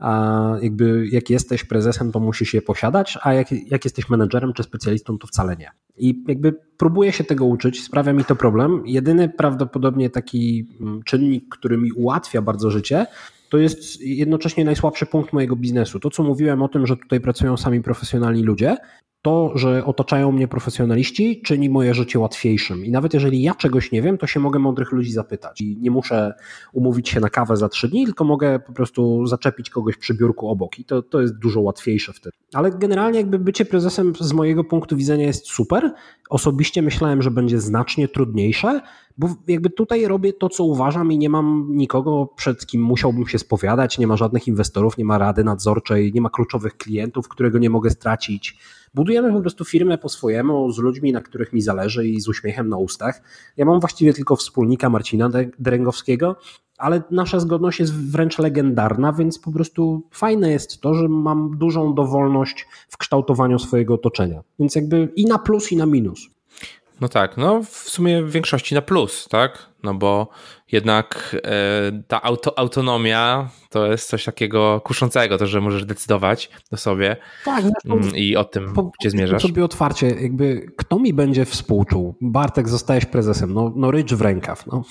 jakby jak jesteś prezesem, to musisz je posiadać, a jak jesteś menedżerem czy specjalistą, to wcale nie. I jakby próbuję się tego uczyć, sprawia mi to problem. Jedyny prawdopodobnie taki czynnik, który mi ułatwia bardzo życie, to jest jednocześnie najsłabszy punkt mojego biznesu. To, co mówiłem o tym, że tutaj pracują sami profesjonalni ludzie, to, że otaczają mnie profesjonaliści, czyni moje życie łatwiejszym. I nawet jeżeli ja czegoś nie wiem, to się mogę mądrych ludzi zapytać. I nie muszę umówić się na kawę za 3 dni, tylko mogę po prostu zaczepić kogoś przy biurku obok. I to jest dużo łatwiejsze wtedy. Ale generalnie jakby bycie prezesem z mojego punktu widzenia jest super. Osobiście myślałem, że będzie znacznie trudniejsze, bo jakby tutaj robię to, co uważam i nie mam nikogo, przed kim musiałbym się spowiadać, nie ma żadnych inwestorów, nie ma rady nadzorczej, nie ma kluczowych klientów, którego nie mogę stracić. Budujemy po prostu firmę po swojemu, z ludźmi, na których mi zależy i z uśmiechem na ustach. Ja mam właściwie tylko wspólnika Marcina Dręgowskiego, ale nasza zgodność jest wręcz legendarna, więc po prostu fajne jest to, że mam dużą dowolność w kształtowaniu swojego otoczenia. Więc jakby i na plus, i na minus. No tak, no w sumie w większości na plus, tak? No bo jednak ta autonomia to jest coś takiego kuszącego, to, że możesz decydować o sobie i o tym, gdzie zmierzasz. Sobie otwarcie, jakby kto mi będzie współczuł? Bartek, zostajesz prezesem, no rycz w rękaw. No.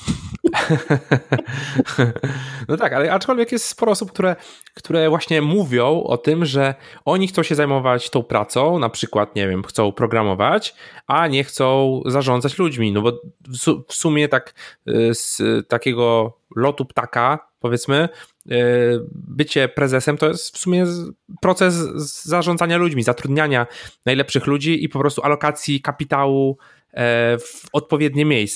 No tak, ale aczkolwiek jest sporo osób, które właśnie mówią o tym, że oni chcą się zajmować tą pracą, na przykład, nie wiem, chcą programować, a nie chcą zarządzać ludźmi, no bo w sumie tak z takiego lotu ptaka, powiedzmy, bycie prezesem to jest w sumie proces zarządzania ludźmi, zatrudniania najlepszych ludzi i po prostu alokacji kapitału w odpowiednie miejsca.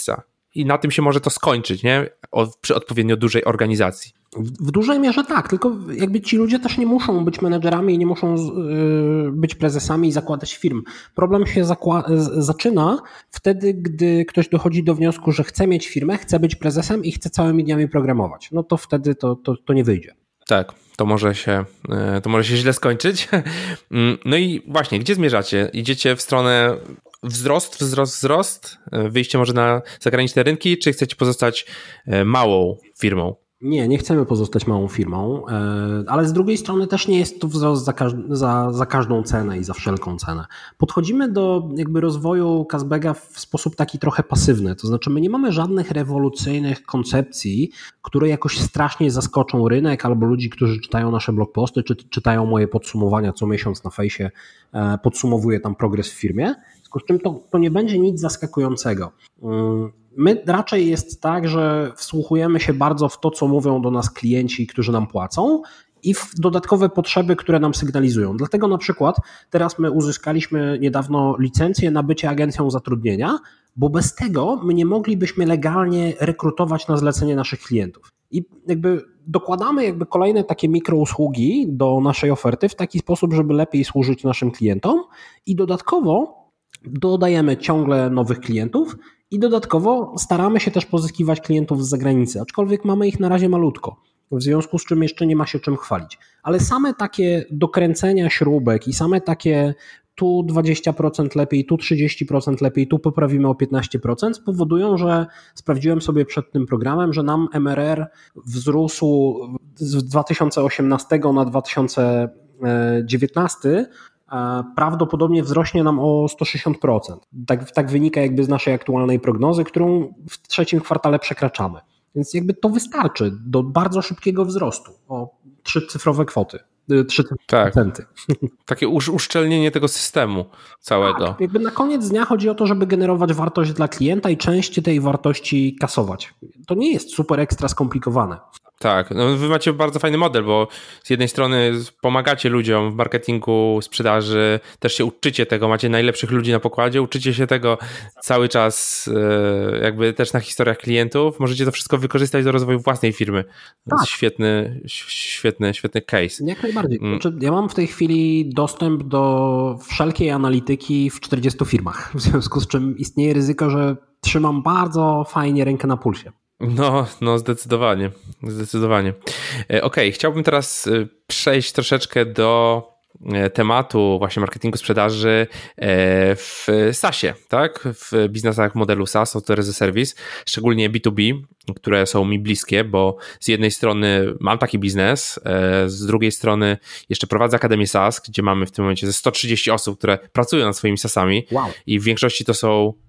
i na tym się może to skończyć, nie? Przy odpowiednio dużej organizacji. W dużej mierze tak, tylko jakby ci ludzie też nie muszą być menedżerami i nie muszą być prezesami i zakładać firm. Problem się zaczyna wtedy, gdy ktoś dochodzi do wniosku, że chce mieć firmę, chce być prezesem i chce całymi dniami programować. No to wtedy to nie wyjdzie. Tak, to może się źle skończyć. No i właśnie, gdzie zmierzacie? Idziecie w stronę wzrost, wyjście może na zagraniczne rynki, czy chcecie pozostać małą firmą? Nie chcemy pozostać małą firmą, ale z drugiej strony też nie jest to wzrost za każdą cenę i za wszelką cenę. Podchodzimy do jakby rozwoju Kazbega w sposób taki trochę pasywny, to znaczy my nie mamy żadnych rewolucyjnych koncepcji, które jakoś strasznie zaskoczą rynek albo ludzi, którzy czytają nasze blogposty, czy czytają moje podsumowania co miesiąc na fejsie, podsumowuję tam progres w firmie, z czym to nie będzie nic zaskakującego. My raczej jest tak, że wsłuchujemy się bardzo w to, co mówią do nas klienci, którzy nam płacą i w dodatkowe potrzeby, które nam sygnalizują. Dlatego na przykład teraz my uzyskaliśmy niedawno licencję na bycie agencją zatrudnienia, bo bez tego my nie moglibyśmy legalnie rekrutować na zlecenie naszych klientów. I jakby dokładamy kolejne takie mikrousługi do naszej oferty w taki sposób, żeby lepiej służyć naszym klientom i dodatkowo dodajemy ciągle nowych klientów i dodatkowo staramy się też pozyskiwać klientów z zagranicy, aczkolwiek mamy ich na razie malutko, w związku z czym jeszcze nie ma się czym chwalić. Ale same takie dokręcenia śrubek i same takie tu 20% lepiej, tu 30% lepiej, tu poprawimy o 15% spowodują, że sprawdziłem sobie przed tym programem, że nam MRR wzrósł z 2018 na 2019 prawdopodobnie wzrośnie nam o 160%. Tak wynika jakby z naszej aktualnej prognozy, którą w trzecim kwartale przekraczamy. Więc jakby to wystarczy do bardzo szybkiego wzrostu o 3-cyfrowe kwoty. 3%. Tak. Takie uszczelnienie tego systemu całego. Tak, jakby na koniec dnia chodzi o to, żeby generować wartość dla klienta i część tej wartości kasować. To nie jest super ekstra skomplikowane. Tak, no wy macie bardzo fajny model, bo z jednej strony pomagacie ludziom w marketingu, sprzedaży, też się uczycie tego, macie najlepszych ludzi na pokładzie, uczycie się tego cały czas jakby też na historiach klientów, możecie to wszystko wykorzystać do rozwoju własnej firmy. To jest świetny case. Jak najbardziej. Znaczy, ja mam w tej chwili dostęp do wszelkiej analityki w 40 firmach, w związku z czym istnieje ryzyko, że trzymam bardzo fajnie rękę na pulsie. No zdecydowanie. Okej, chciałbym teraz przejść troszeczkę do tematu właśnie marketingu sprzedaży w SaaS-ie, tak? W biznesach w modelu SaaS, Software as a Service, szczególnie B2B, które są mi bliskie, bo z jednej strony mam taki biznes, z drugiej strony jeszcze prowadzę Akademię SaaS, gdzie mamy w tym momencie ze 130 osób, które pracują nad swoimi SaaS-ami. Wow. I w większości to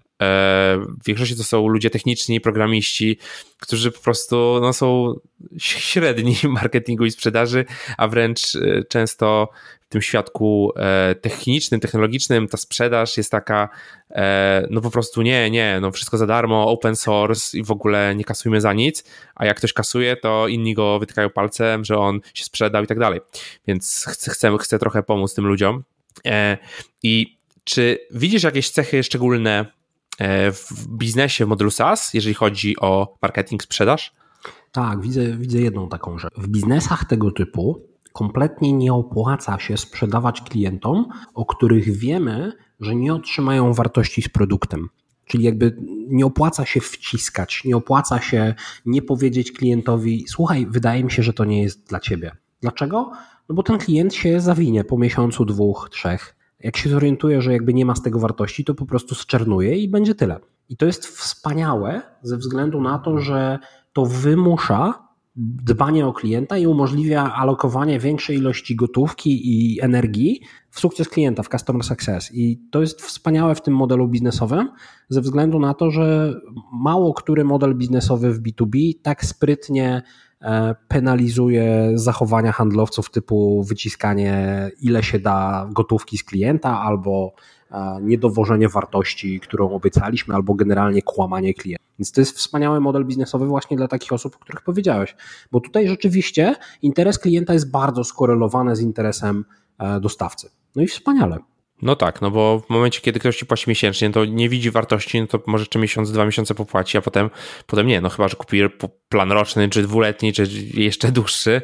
są ludzie techniczni, programiści, którzy po prostu są średni w marketingu i sprzedaży, a wręcz często w tym świadku technicznym, technologicznym ta sprzedaż jest taka po prostu wszystko za darmo, open source i w ogóle nie kasujmy za nic, a jak ktoś kasuje, to inni go wytykają palcem, że on się sprzedał i tak dalej. Więc chcę trochę pomóc tym ludziom. I czy widzisz jakieś cechy szczególne w biznesie, w modelu SaaS, jeżeli chodzi o marketing, sprzedaż? Tak, widzę jedną taką rzecz. W biznesach tego typu kompletnie nie opłaca się sprzedawać klientom, o których wiemy, że nie otrzymają wartości z produktem. Czyli jakby nie opłaca się wciskać, nie opłaca się nie powiedzieć klientowi: słuchaj, wydaje mi się, że to nie jest dla ciebie. Dlaczego? No bo ten klient się zawinie po miesiącu, 2, 3. Jak się zorientuje, że jakby nie ma z tego wartości, to po prostu zczernuje i będzie tyle. I to jest wspaniałe ze względu na to, że to wymusza dbanie o klienta i umożliwia alokowanie większej ilości gotówki i energii w sukces klienta, w customer success. I to jest wspaniałe w tym modelu biznesowym ze względu na to, że mało który model biznesowy w B2B tak sprytnie penalizuje zachowania handlowców typu wyciskanie ile się da gotówki z klienta albo niedowożenie wartości, którą obiecaliśmy, albo generalnie kłamanie klienta. Więc to jest wspaniały model biznesowy właśnie dla takich osób, o których powiedziałeś. Bo tutaj rzeczywiście interes klienta jest bardzo skorelowany z interesem dostawcy. No i wspaniale. No tak, no bo w momencie, kiedy ktoś ci płaci miesięcznie, to nie widzi wartości, no to może jeszcze miesiąc, 2 miesiące popłaci, a potem nie, no chyba, że kupi plan roczny, czy dwuletni, czy jeszcze dłuższy,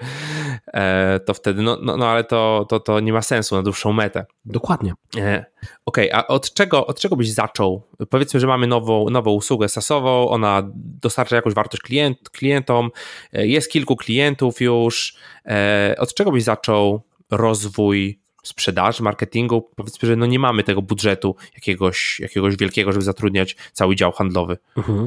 to wtedy, no ale to nie ma sensu na dłuższą metę. Dokładnie. Okej, a od czego byś zaczął? Powiedzmy, że mamy nową usługę SaaS-ową, ona dostarcza jakąś wartość klientom, jest kilku klientów już. Od czego byś zaczął rozwój sprzedaży, marketingu? Powiedzmy, że no nie mamy tego budżetu jakiegoś wielkiego, żeby zatrudniać cały dział handlowy.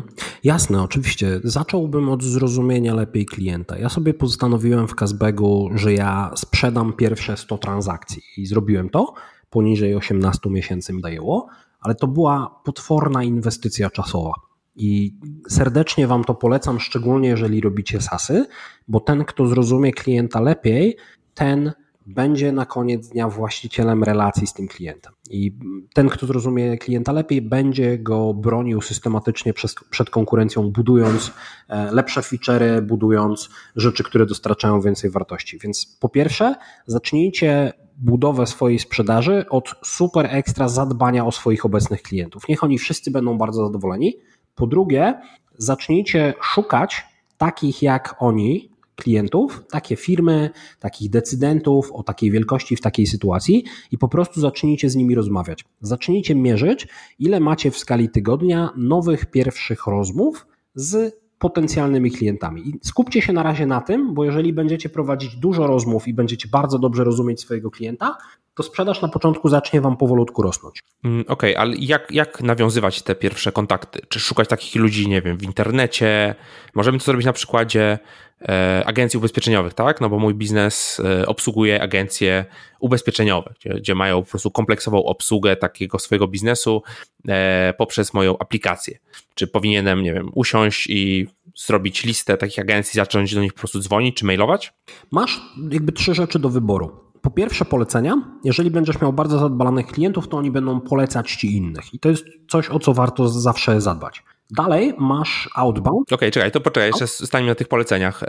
Jasne, oczywiście. Zacząłbym od zrozumienia lepiej klienta. Ja sobie postanowiłem w Kazbegu, że ja sprzedam pierwsze 100 transakcji i zrobiłem to. Poniżej 18 miesięcy mi zajęło, ale to była potworna inwestycja czasowa. I serdecznie Wam to polecam, szczególnie jeżeli robicie SaaS-y, bo ten, kto zrozumie klienta lepiej, ten będzie na koniec dnia właścicielem relacji z tym klientem. I ten, kto zrozumie klienta lepiej, będzie go bronił systematycznie przed konkurencją, budując lepsze feature'y, budując rzeczy, które dostarczają więcej wartości. Więc po pierwsze, zacznijcie budowę swojej sprzedaży od super ekstra zadbania o swoich obecnych klientów. Niech oni wszyscy będą bardzo zadowoleni. Po drugie, zacznijcie szukać takich jak oni klientów, takie firmy, takich decydentów o takiej wielkości w takiej sytuacji i po prostu zacznijcie z nimi rozmawiać. Zacznijcie mierzyć, ile macie w skali tygodnia nowych pierwszych rozmów z potencjalnymi klientami. I skupcie się na razie na tym, bo jeżeli będziecie prowadzić dużo rozmów i będziecie bardzo dobrze rozumieć swojego klienta, to sprzedaż na początku zacznie Wam powolutku rosnąć. Okej, ale jak nawiązywać te pierwsze kontakty? Czy szukać takich ludzi, nie wiem, w internecie? Możemy to zrobić na przykładzie agencji ubezpieczeniowych, tak? No bo mój biznes obsługuje agencje ubezpieczeniowe, gdzie mają po prostu kompleksową obsługę takiego swojego biznesu poprzez moją aplikację. Czy powinienem, nie wiem, usiąść i zrobić listę takich agencji, zacząć do nich po prostu dzwonić czy mailować? Masz jakby 3 rzeczy do wyboru. Po pierwsze polecenia. Jeżeli będziesz miał bardzo zadbanych klientów, to oni będą polecać Ci innych. I to jest coś, o co warto zawsze zadbać. Dalej masz outbound. Okej, czekaj, to poczekaj, jeszcze stańmy na tych poleceniach.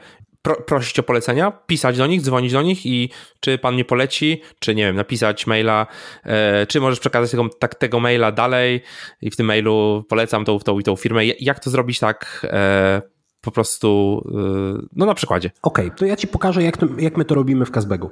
Prosić o polecenia, pisać do nich, dzwonić do nich i czy pan mnie poleci, czy nie wiem, napisać maila, czy możesz przekazać tego maila dalej i w tym mailu polecam tą i tą firmę. Jak to zrobić tak po prostu, no na przykładzie. Okej, to ja Ci pokażę, jak my to robimy w Kazbegu.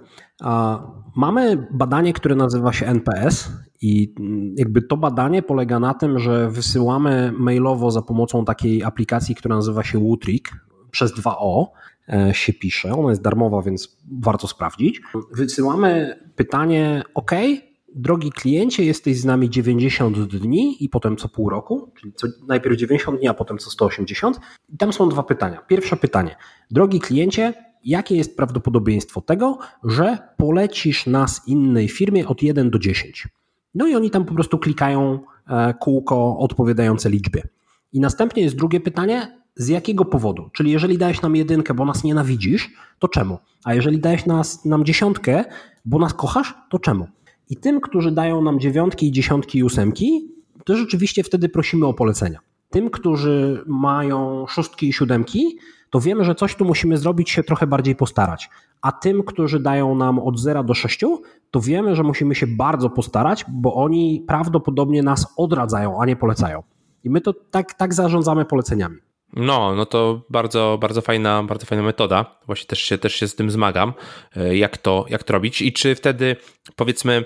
Mamy badanie, które nazywa się NPS i jakby to badanie polega na tym, że wysyłamy mailowo za pomocą takiej aplikacji, która nazywa się Wootrik, przez 2O się pisze, ona jest darmowa, więc warto sprawdzić. Wysyłamy pytanie, drogi kliencie, jesteś z nami 90 dni i potem co pół roku, czyli najpierw 90 dni, a potem co 180. I tam są 2 pytania. Pierwsze pytanie. Drogi kliencie, jakie jest prawdopodobieństwo tego, że polecisz nas innej firmie od 1 do 10? No i oni tam po prostu klikają kółko odpowiadające liczbie. I następnie jest drugie pytanie, z jakiego powodu? Czyli jeżeli dajesz nam 1, bo nas nienawidzisz, to czemu? A jeżeli dajesz nam 10, bo nas kochasz, to czemu? I tym, którzy dają nam 9, 10 i 8, to rzeczywiście wtedy prosimy o polecenia. Tym, którzy mają 6 i 7, to wiemy, że coś tu musimy zrobić, się trochę bardziej postarać. A tym, którzy dają nam od 0 do 6, to wiemy, że musimy się bardzo postarać, bo oni prawdopodobnie nas odradzają, a nie polecają. I my to tak zarządzamy poleceniami. No to bardzo, bardzo fajna metoda. Właśnie też się z tym zmagam, jak to robić. I czy wtedy, powiedzmy,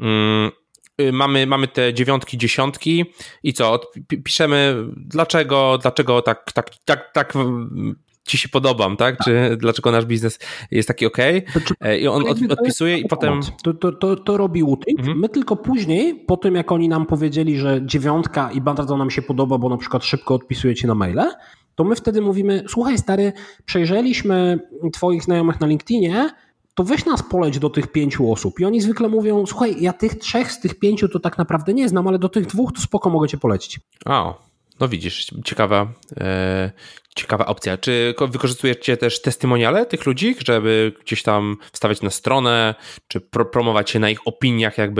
mamy te 9, 10 i co? Piszemy dlaczego tak ci się podobam, tak? Czy dlaczego nasz biznes jest taki i on odpisuje i potem... To robi Wootrik. My tylko później, po tym jak oni nam powiedzieli, że 9 i bardzo nam się podoba, bo na przykład szybko odpisujecie na maile, to my wtedy mówimy, słuchaj stary, przejrzeliśmy twoich znajomych na LinkedInie, to weź nas poleć do tych 5 osób. I oni zwykle mówią, słuchaj, ja tych 3 z tych 5 to tak naprawdę nie znam, ale do tych 2 to spoko mogę cię polecić. No widzisz, ciekawa opcja. Czy wykorzystujecie też testimoniale tych ludzi, żeby gdzieś tam wstawiać na stronę, czy promować się na ich opiniach jakby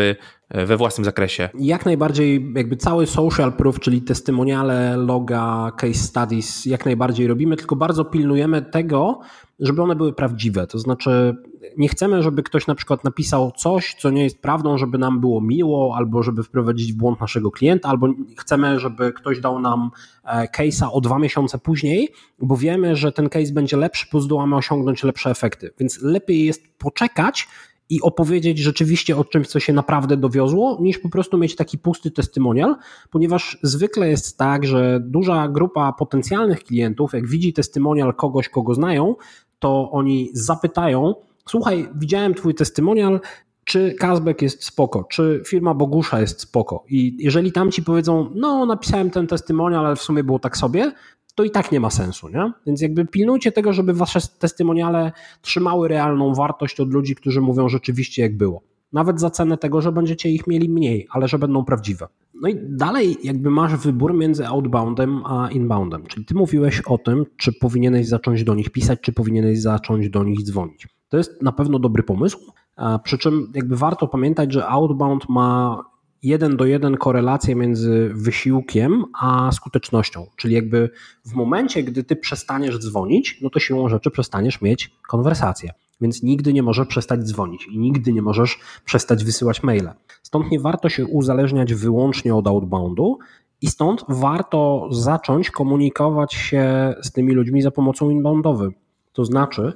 we własnym zakresie. Jak najbardziej jakby cały social proof, czyli testymoniale, loga, case studies jak najbardziej robimy, tylko bardzo pilnujemy tego, żeby one były prawdziwe. To znaczy nie chcemy, żeby ktoś na przykład napisał coś, co nie jest prawdą, żeby nam było miło, albo żeby wprowadzić w błąd naszego klienta, albo chcemy, żeby ktoś dał nam case'a o 2 miesiące później, bo wiemy, że ten case będzie lepszy, bo zdołamy osiągnąć lepsze efekty. Więc lepiej jest poczekać i opowiedzieć rzeczywiście o czymś, co się naprawdę dowiozło, niż po prostu mieć taki pusty testymonial, ponieważ zwykle jest tak, że duża grupa potencjalnych klientów, jak widzi testymonial kogoś, kogo znają, to oni zapytają: słuchaj, widziałem twój testymonial, czy Kazbek jest spoko, czy firma Bogusza jest spoko. I jeżeli tam ci powiedzą, no napisałem ten testymonial, ale w sumie było tak sobie, to i tak nie ma sensu, nie? Więc jakby pilnujcie tego, żeby wasze testymoniale trzymały realną wartość od ludzi, którzy mówią rzeczywiście jak było. Nawet za cenę tego, że będziecie ich mieli mniej, ale że będą prawdziwe. No i dalej jakby masz wybór między outboundem a inboundem. Czyli ty mówiłeś o tym, czy powinieneś zacząć do nich pisać, czy powinieneś zacząć do nich dzwonić. To jest na pewno dobry pomysł, przy czym jakby warto pamiętać, że outbound ma 1:1 korelację między wysiłkiem a skutecznością. Czyli jakby w momencie, gdy ty przestaniesz dzwonić, no to siłą rzeczy przestaniesz mieć konwersację. Więc nigdy nie możesz przestać dzwonić i nigdy nie możesz przestać wysyłać maile. Stąd nie warto się uzależniać wyłącznie od outboundu i stąd warto zacząć komunikować się z tymi ludźmi za pomocą inboundową. To znaczy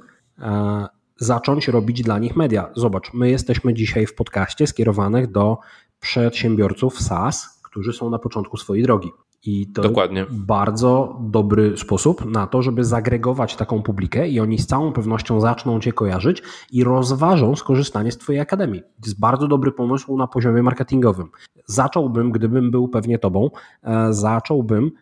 zacząć robić dla nich media. Zobacz, my jesteśmy dzisiaj w podcaście skierowanych do przedsiębiorców SaaS, którzy są na początku swojej drogi. I to Dokładnie. bardzo dobry sposób na to, żeby zagregować taką publikę i oni z całą pewnością zaczną cię kojarzyć i rozważą skorzystanie z twojej akademii. To jest bardzo dobry pomysł na poziomie marketingowym. Zacząłbym, gdybym był pewnie tobą, zacząłbym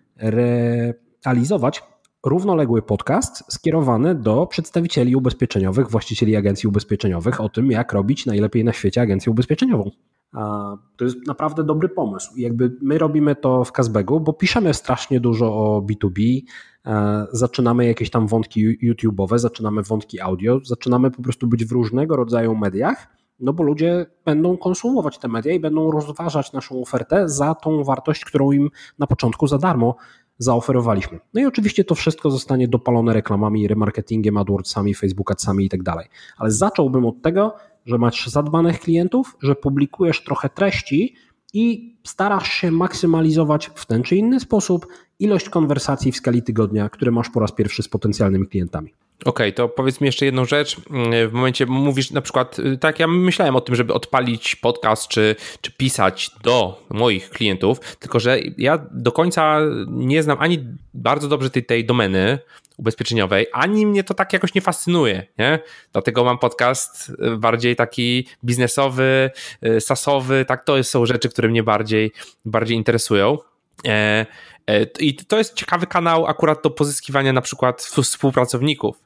realizować równoległy podcast skierowany do przedstawicieli ubezpieczeniowych, właścicieli agencji ubezpieczeniowych o tym, jak robić najlepiej na świecie agencję ubezpieczeniową. To jest naprawdę dobry pomysł. I jakby my robimy to w Kazbegu, bo piszemy strasznie dużo o B2B, zaczynamy jakieś tam wątki YouTube'owe, zaczynamy wątki audio, zaczynamy po prostu być w różnego rodzaju mediach, no bo ludzie będą konsumować te media i będą rozważać naszą ofertę za tą wartość, którą im na początku za darmo zaoferowaliśmy. No i oczywiście to wszystko zostanie dopalone reklamami, remarketingiem, AdWordsami, Facebook Adsami i tak dalej. Ale zacząłbym od tego, że masz zadbanych klientów, że publikujesz trochę treści i starasz się maksymalizować w ten czy inny sposób ilość konwersacji w skali tygodnia, które masz po raz pierwszy z potencjalnymi klientami. Okej, to powiedz mi jeszcze jedną rzecz. W momencie mówisz na przykład, tak, ja myślałem o tym, żeby odpalić podcast czy pisać do moich klientów, tylko że ja do końca nie znam ani bardzo dobrze tej domeny ubezpieczeniowej, ani mnie to tak jakoś nie fascynuje, nie? Dlatego mam podcast bardziej taki biznesowy, SaaS-owy, tak, to są rzeczy, które mnie bardziej interesują. I to jest ciekawy kanał akurat do pozyskiwania na przykład współpracowników,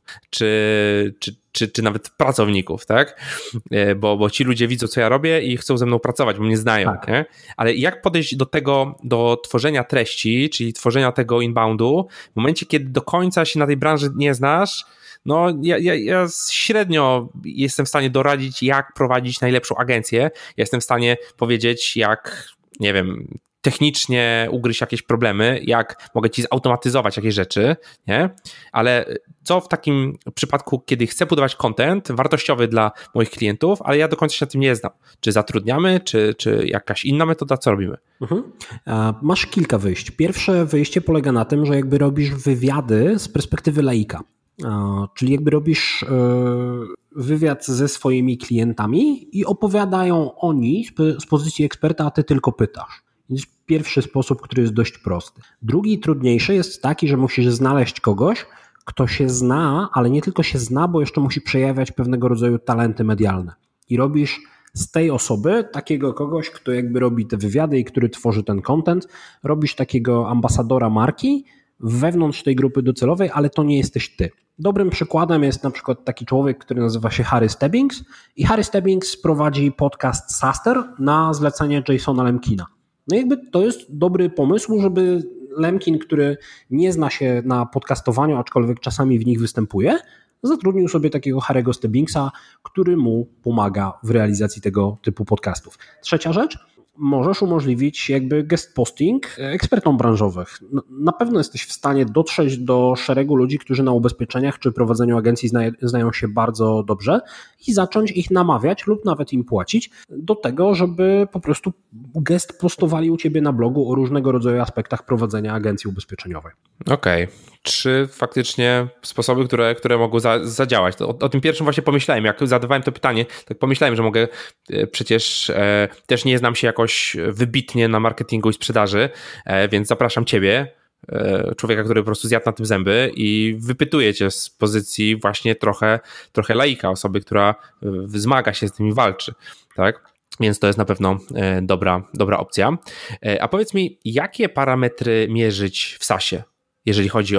czy nawet pracowników, tak? Bo ci ludzie widzą, co ja robię i chcą ze mną pracować, bo mnie znają. Tak. Nie? Ale jak podejść do tego, do tworzenia treści, czyli tworzenia tego inboundu, w momencie, kiedy do końca się na tej branży nie znasz, no ja średnio jestem w stanie doradzić, jak prowadzić najlepszą agencję. Ja jestem w stanie powiedzieć, jak, nie wiem, technicznie ugryźć jakieś problemy, jak mogę ci zautomatyzować jakieś rzeczy, nie? Ale co w takim przypadku, kiedy chcę budować content wartościowy dla moich klientów, ale ja do końca się na tym nie znam. Czy zatrudniamy, czy jakaś inna metoda, co robimy? Masz kilka wyjść. Pierwsze wyjście polega na tym, że jakby robisz wywiady z perspektywy laika. Czyli jakby robisz wywiad ze swoimi klientami i opowiadają oni z pozycji eksperta, a ty tylko pytasz. To jest pierwszy sposób, który jest dość prosty. Drugi, trudniejszy jest taki, że musisz znaleźć kogoś, kto się zna, ale nie tylko się zna, bo jeszcze musi przejawiać pewnego rodzaju talenty medialne. I robisz z tej osoby takiego kogoś, kto jakby robi te wywiady i który tworzy ten content, robisz takiego ambasadora marki wewnątrz tej grupy docelowej, ale to nie jesteś ty. Dobrym przykładem jest na przykład taki człowiek, który nazywa się Harry Stebbings i Harry Stebbings prowadzi podcast SaaStr na zlecenie Jasona Lemkina. No jakby to jest dobry pomysł, żeby Lemkin, który nie zna się na podcastowaniu, aczkolwiek czasami w nich występuje, zatrudnił sobie takiego Harry'ego Stebbingsa, który mu pomaga w realizacji tego typu podcastów. Trzecia rzecz, możesz umożliwić jakby guest posting ekspertom branżowych. Na pewno jesteś w stanie dotrzeć do szeregu ludzi, którzy na ubezpieczeniach czy prowadzeniu agencji znają się bardzo dobrze i zacząć ich namawiać lub nawet im płacić do tego, żeby po prostu guest postowali u ciebie na blogu o różnego rodzaju aspektach prowadzenia agencji ubezpieczeniowej. Okej. 3 faktycznie sposoby, które mogą zadziałać. O tym pierwszym właśnie pomyślałem, jak zadawałem to pytanie, tak pomyślałem, że mogę przecież też nie znam się jakoś wybitnie na marketingu i sprzedaży, więc zapraszam ciebie, człowieka, który po prostu zjadł na tym zęby i wypytuje cię z pozycji właśnie trochę laika, osoby, która zmaga się z tym i walczy, tak? Więc to jest na pewno dobra opcja. A powiedz mi, jakie parametry mierzyć w SaaS-ie, jeżeli chodzi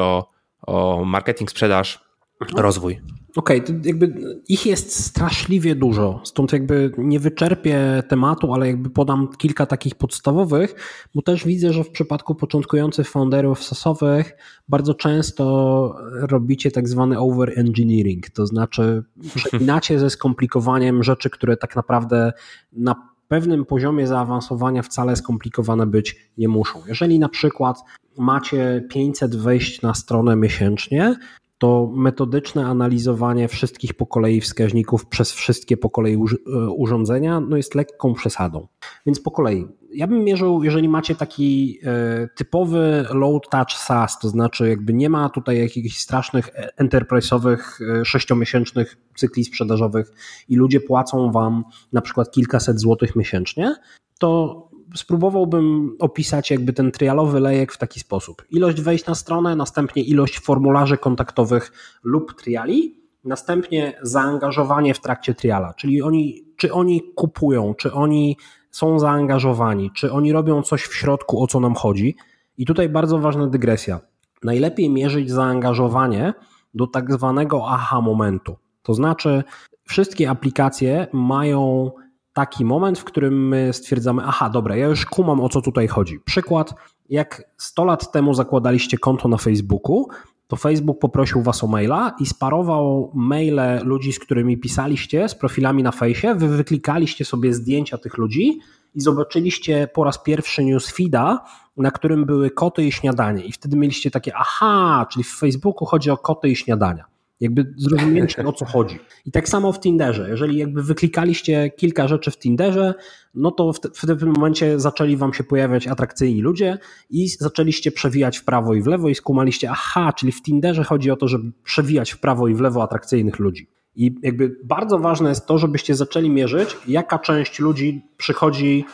o marketing, sprzedaż, rozwój? Okej, to jakby ich jest straszliwie dużo, stąd jakby nie wyczerpię tematu, ale jakby podam kilka takich podstawowych, bo też widzę, że w przypadku początkujących founderów SaaS-owych bardzo często robicie tak zwany over-engineering, to znaczy przecinacie ze skomplikowaniem rzeczy, które tak naprawdę na pewnym poziomie zaawansowania wcale skomplikowane być nie muszą. Jeżeli na przykład macie 500 wejść na stronę miesięcznie, to metodyczne analizowanie wszystkich po kolei wskaźników przez wszystkie po kolei urządzenia jest lekką przesadą. Więc po kolei. Ja bym mierzył, jeżeli macie taki typowy low touch SaaS, to znaczy jakby nie ma tutaj jakichś strasznych enterprise'owych 6-miesięcznych cykli sprzedażowych i ludzie płacą wam na przykład kilkaset złotych miesięcznie, to spróbowałbym opisać jakby ten trialowy lejek w taki sposób. Ilość wejść na stronę, następnie ilość formularzy kontaktowych lub triali, następnie zaangażowanie w trakcie triala, czyli czy oni kupują, czy oni są zaangażowani, czy oni robią coś w środku, o co nam chodzi. I tutaj bardzo ważna dygresja. Najlepiej mierzyć zaangażowanie do tak zwanego aha momentu. To znaczy wszystkie aplikacje mają taki moment, w którym my stwierdzamy, aha, dobra, ja już kumam, o co tutaj chodzi. Przykład, jak 100 lat temu zakładaliście konto na Facebooku, to Facebook poprosił was o maila i sparował maile ludzi, z którymi pisaliście, z profilami na fejsie, wy wyklikaliście sobie zdjęcia tych ludzi i zobaczyliście po raz pierwszy newsfeeda, na którym były koty i śniadanie. I wtedy mieliście takie, aha, czyli w Facebooku chodzi o koty i śniadania. Jakby zrozumieliście, o co chodzi. I tak samo w Tinderze. Jeżeli jakby wyklikaliście kilka rzeczy w Tinderze, no to w tym momencie zaczęli wam się pojawiać atrakcyjni ludzie i zaczęliście przewijać w prawo i w lewo i skumaliście, aha, czyli w Tinderze chodzi o to, żeby przewijać w prawo i w lewo atrakcyjnych ludzi. I jakby bardzo ważne jest to, żebyście zaczęli mierzyć, jaka część ludzi przychodzi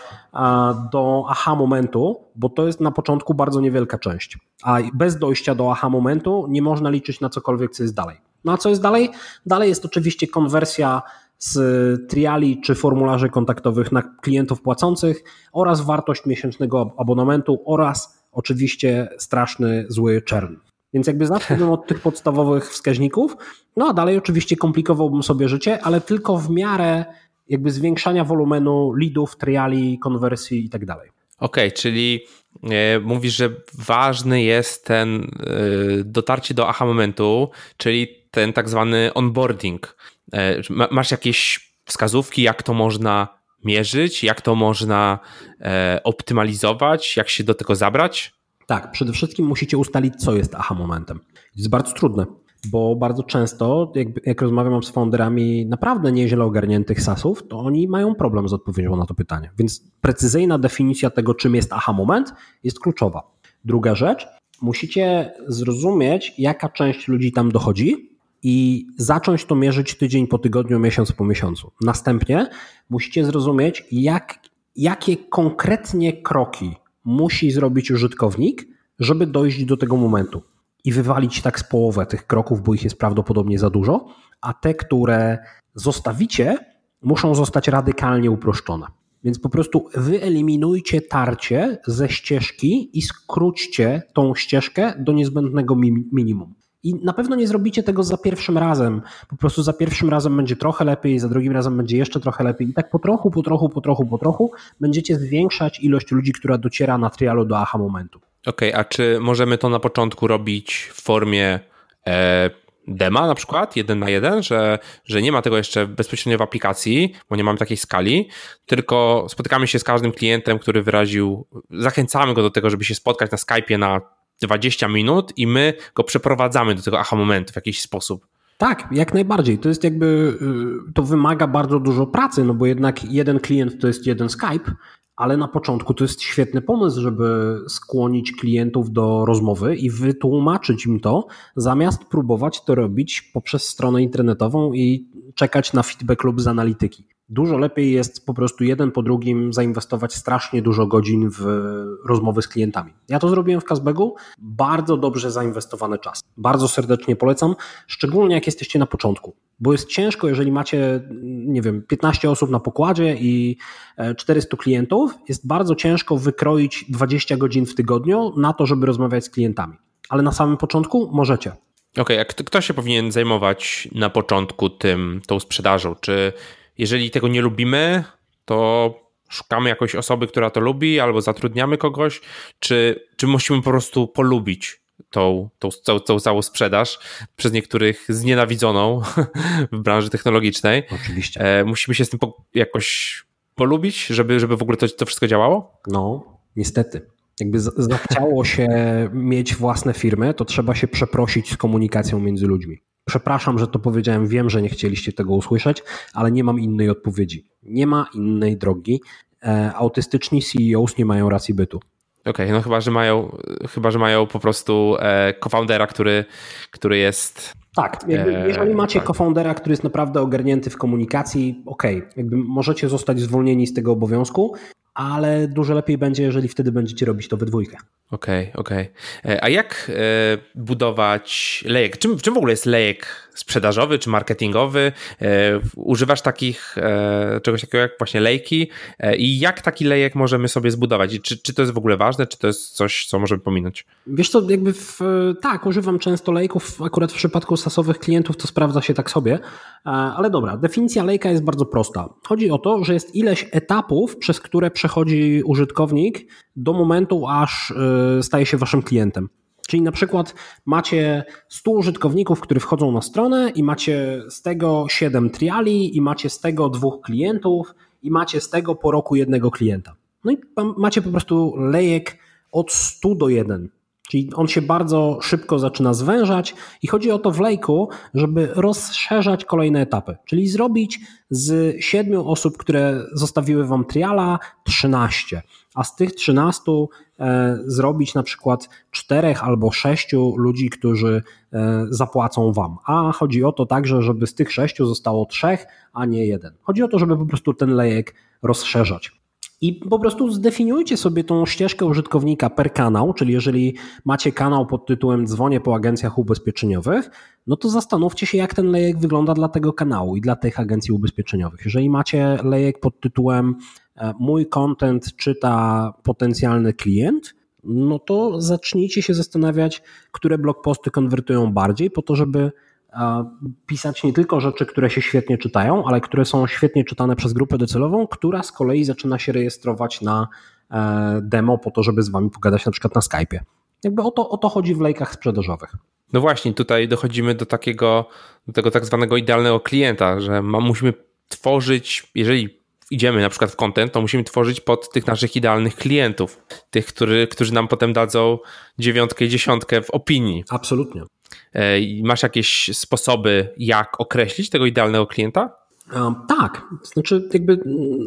do aha momentu, bo to jest na początku bardzo niewielka część. A bez dojścia do aha momentu nie można liczyć na cokolwiek, co jest dalej. No a co jest dalej? Dalej jest oczywiście konwersja z triali czy formularzy kontaktowych na klientów płacących oraz wartość miesięcznego abonamentu oraz oczywiście straszny, zły churn. Więc jakby zacząłbym od tych podstawowych wskaźników, no a dalej oczywiście komplikowałbym sobie życie, ale tylko w miarę jakby zwiększania wolumenu leadów, triali, konwersji i tak dalej. Okej, czyli mówisz, że ważny jest ten dotarcie do aha momentu, czyli ten tak zwany onboarding. Masz jakieś wskazówki, jak to można mierzyć, jak to można optymalizować, jak się do tego zabrać? Tak, przede wszystkim musicie ustalić, co jest aha momentem. To jest bardzo trudne, bo bardzo często, jak rozmawiam z founderami naprawdę nieźle ogarniętych SaaS-ów, to oni mają problem z odpowiedzią na to pytanie. Więc precyzyjna definicja tego, czym jest aha moment, jest kluczowa. Druga rzecz, musicie zrozumieć, jaka część ludzi tam dochodzi i zacząć to mierzyć tydzień po tygodniu, miesiąc po miesiącu. Następnie musicie zrozumieć, jakie konkretnie kroki musi zrobić użytkownik, żeby dojść do tego momentu i wywalić tak z połowę tych kroków, bo ich jest prawdopodobnie za dużo, a te, które zostawicie, muszą zostać radykalnie uproszczone. Więc po prostu wyeliminujcie tarcie ze ścieżki i skróćcie tą ścieżkę do niezbędnego minimum. I na pewno nie zrobicie tego za pierwszym razem. Po prostu za pierwszym razem będzie trochę lepiej, za drugim razem będzie jeszcze trochę lepiej. I tak po trochu będziecie zwiększać ilość ludzi, która dociera na trialu do aha momentu. Okej, a czy możemy to na początku robić w formie dema na przykład, 1 na 1, że nie ma tego jeszcze bezpośrednio w aplikacji, bo nie mamy takiej skali, tylko spotykamy się z każdym klientem, który zachęcamy go do tego, żeby się spotkać na Skype'ie na 20 minut i my go przeprowadzamy do tego aha momentu w jakiś sposób. Tak, jak najbardziej. To jest to wymaga bardzo dużo pracy, no bo jednak jeden klient to jest jeden Skype, ale na początku to jest świetny pomysł, żeby skłonić klientów do rozmowy i wytłumaczyć im to, zamiast próbować to robić poprzez stronę internetową i czekać na feedback lub z analityki. Dużo lepiej jest po prostu jeden po drugim zainwestować strasznie dużo godzin w rozmowy z klientami. Ja to zrobiłem w Kazbegu, bardzo dobrze zainwestowany czas. Bardzo serdecznie polecam, szczególnie jak jesteście na początku, bo jest ciężko, jeżeli macie, 15 osób na pokładzie i 400 klientów, jest bardzo ciężko wykroić 20 godzin w tygodniu na to, żeby rozmawiać z klientami. Ale na samym początku możecie. Okej, a kto się powinien zajmować na początku tą sprzedażą? Czy jeżeli tego nie lubimy, to szukamy jakiejś osoby, która to lubi, albo zatrudniamy kogoś, czy musimy po prostu polubić tą całą sprzedaż, przez niektórych znienawidzoną w branży technologicznej. Oczywiście. Musimy się z tym jakoś polubić, żeby w ogóle to wszystko działało? No, niestety. Jakby zachciało się mieć własne firmy, to trzeba się przeprosić z komunikacją między ludźmi. Przepraszam, że to powiedziałem, wiem, że nie chcieliście tego usłyszeć, ale nie mam innej odpowiedzi. Nie ma innej drogi. Autystyczni CEOs nie mają racji bytu. Okej, no chyba, że mają po prostu co-foundera, który jest... Tak, jeżeli macie co-foundera, który jest naprawdę ogarnięty w komunikacji, jakby możecie zostać zwolnieni z tego obowiązku, ale dużo lepiej będzie, jeżeli wtedy będziecie robić to we dwójkę. Okej. A jak budować lejek? Czym w ogóle jest lejek sprzedażowy czy marketingowy? Używasz czegoś takiego jak właśnie lejki i jak taki lejek możemy sobie zbudować? I czy to jest w ogóle ważne, czy to jest coś, co możemy pominąć? Wiesz co, tak, używam często lejków, akurat w przypadku SaaS-owych klientów to sprawdza się tak sobie, ale dobra, definicja lejka jest bardzo prosta. Chodzi o to, że jest ileś etapów, przez które przechodzi użytkownik do momentu, aż staje się waszym klientem. Czyli na przykład macie 100 użytkowników, którzy wchodzą na stronę i macie z tego 7 triali i macie z tego 2 klientów i macie z tego po roku 1 klienta. No i macie po prostu lejek od 100 do 1. Czyli on się bardzo szybko zaczyna zwężać i chodzi o to w lejku, żeby rozszerzać kolejne etapy. Czyli zrobić z 7 osób, które zostawiły wam triala, 13. A z tych 13 zrobić na przykład 4 albo 6 ludzi, którzy zapłacą wam. A chodzi o to także, żeby z tych 6 zostało 3, a nie 1. Chodzi o to, żeby po prostu ten lejek rozszerzać. I po prostu zdefiniujcie sobie tą ścieżkę użytkownika per kanał, czyli jeżeli macie kanał pod tytułem dzwonię po agencjach ubezpieczeniowych, no to zastanówcie się, jak ten lejek wygląda dla tego kanału i dla tych agencji ubezpieczeniowych. Jeżeli macie lejek pod tytułem mój content czyta potencjalny klient, no to zacznijcie się zastanawiać, które blogposty konwertują bardziej, po to, żeby pisać nie tylko rzeczy, które się świetnie czytają, ale które są świetnie czytane przez grupę docelową, która z kolei zaczyna się rejestrować na demo po to, żeby z wami pogadać na przykład na Skype'ie. Jakby o to chodzi w lejkach sprzedażowych. No właśnie, tutaj dochodzimy do tego tak zwanego idealnego klienta, że musimy tworzyć, jeżeli idziemy na przykład w content, to musimy tworzyć pod tych naszych idealnych klientów, tych, którzy nam potem dadzą 9 i 10 w opinii. Absolutnie. Masz jakieś sposoby, jak określić tego idealnego klienta? Tak, znaczy jakby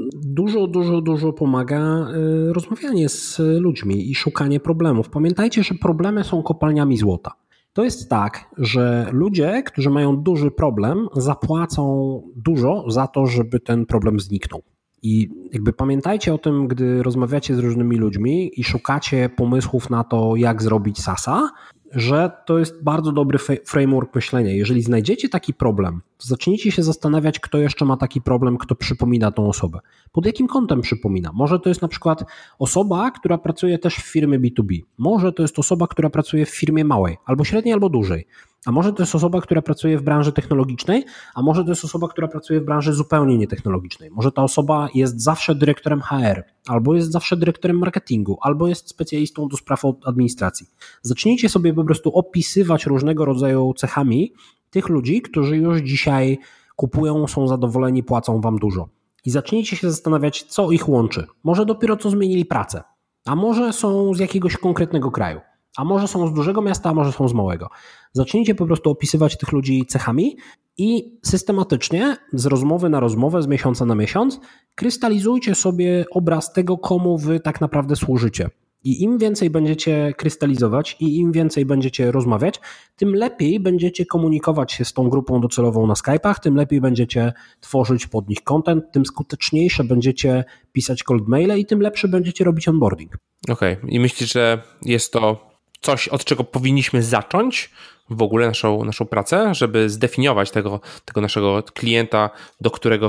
dużo pomaga rozmawianie z ludźmi i szukanie problemów. Pamiętajcie, że problemy są kopalniami złota. To jest tak, że ludzie, którzy mają duży problem, zapłacą dużo za to, żeby ten problem zniknął. I jakby pamiętajcie o tym, gdy rozmawiacie z różnymi ludźmi i szukacie pomysłów na to, jak zrobić SaaS-a, że to jest bardzo dobry framework myślenia. Jeżeli znajdziecie taki problem, to zacznijcie się zastanawiać, kto jeszcze ma taki problem, kto przypomina tą osobę. Pod jakim kątem przypomina? Może to jest na przykład osoba, która pracuje też w firmie B2B. Może to jest osoba, która pracuje w firmie małej, albo średniej, albo dużej. A może to jest osoba, która pracuje w branży technologicznej, a może to jest osoba, która pracuje w branży zupełnie nietechnologicznej. Może ta osoba jest zawsze dyrektorem HR, albo jest zawsze dyrektorem marketingu, albo jest specjalistą do spraw administracji. Zacznijcie sobie po prostu opisywać różnego rodzaju cechami tych ludzi, którzy już dzisiaj kupują, są zadowoleni, płacą wam dużo. I zacznijcie się zastanawiać, co ich łączy. Może dopiero co zmienili pracę, a może są z jakiegoś konkretnego kraju, a może są z dużego miasta, a może są z małego. Zacznijcie po prostu opisywać tych ludzi cechami i systematycznie z rozmowy na rozmowę, z miesiąca na miesiąc krystalizujcie sobie obraz tego, komu wy tak naprawdę służycie. I im więcej będziecie krystalizować i im więcej będziecie rozmawiać, tym lepiej będziecie komunikować się z tą grupą docelową na Skype'ach, tym lepiej będziecie tworzyć pod nich content, tym skuteczniejsze będziecie pisać cold maile i tym lepszy będziecie robić onboarding. Okej. I myślisz, że jest to coś, od czego powinniśmy zacząć w ogóle naszą pracę, żeby zdefiniować tego naszego klienta, do którego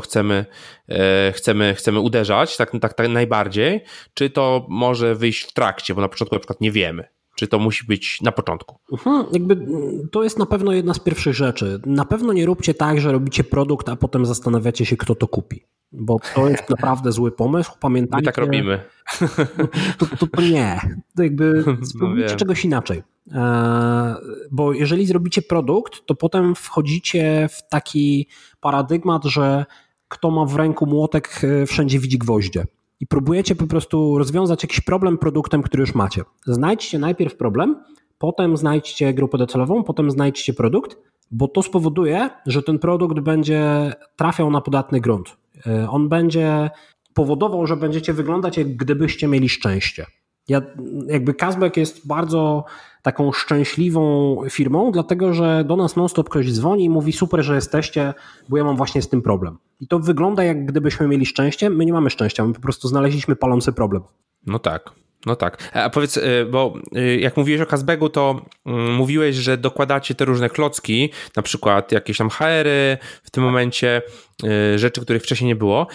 chcemy uderzać, tak najbardziej, czy to może wyjść w trakcie, bo na początku na przykład nie wiemy, czy to musi być na początku? To jest na pewno jedna z pierwszych rzeczy. Na pewno nie róbcie tak, że robicie produkt, a potem zastanawiacie się, kto to kupi. Bo to jest naprawdę zły pomysł. Pamiętajcie. My tak robimy. To nie. Spróbujcie czegoś inaczej. Bo jeżeli zrobicie produkt, to potem wchodzicie w taki paradygmat, że kto ma w ręku młotek, wszędzie widzi gwoździe. I próbujecie po prostu rozwiązać jakiś problem produktem, który już macie. Znajdźcie najpierw problem, potem znajdźcie grupę docelową, potem znajdźcie produkt, bo to spowoduje, że ten produkt będzie trafiał na podatny grunt. On będzie powodował, że będziecie wyglądać, jak gdybyście mieli szczęście. Kazbek jest bardzo taką szczęśliwą firmą, dlatego że do nas non-stop ktoś dzwoni i mówi: super, że jesteście, bo ja mam właśnie z tym problem. I to wygląda, jak gdybyśmy mieli szczęście. My nie mamy szczęścia, my po prostu znaleźliśmy palący problem. No tak. A powiedz, bo jak mówiłeś o Kazbegu, to mówiłeś, że dokładacie te różne klocki, na przykład jakieś tam HR-y w tym momencie, rzeczy, których wcześniej nie było.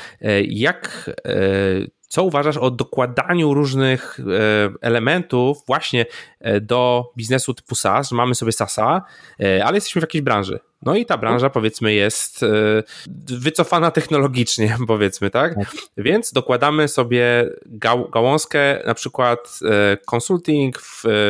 Co uważasz o dokładaniu różnych elementów właśnie do biznesu typu SaaS, że mamy sobie SaaS-a, ale jesteśmy w jakiejś branży. No i ta branża, powiedzmy, jest wycofana technologicznie, powiedzmy, tak? Więc dokładamy sobie gałązkę, na przykład consulting,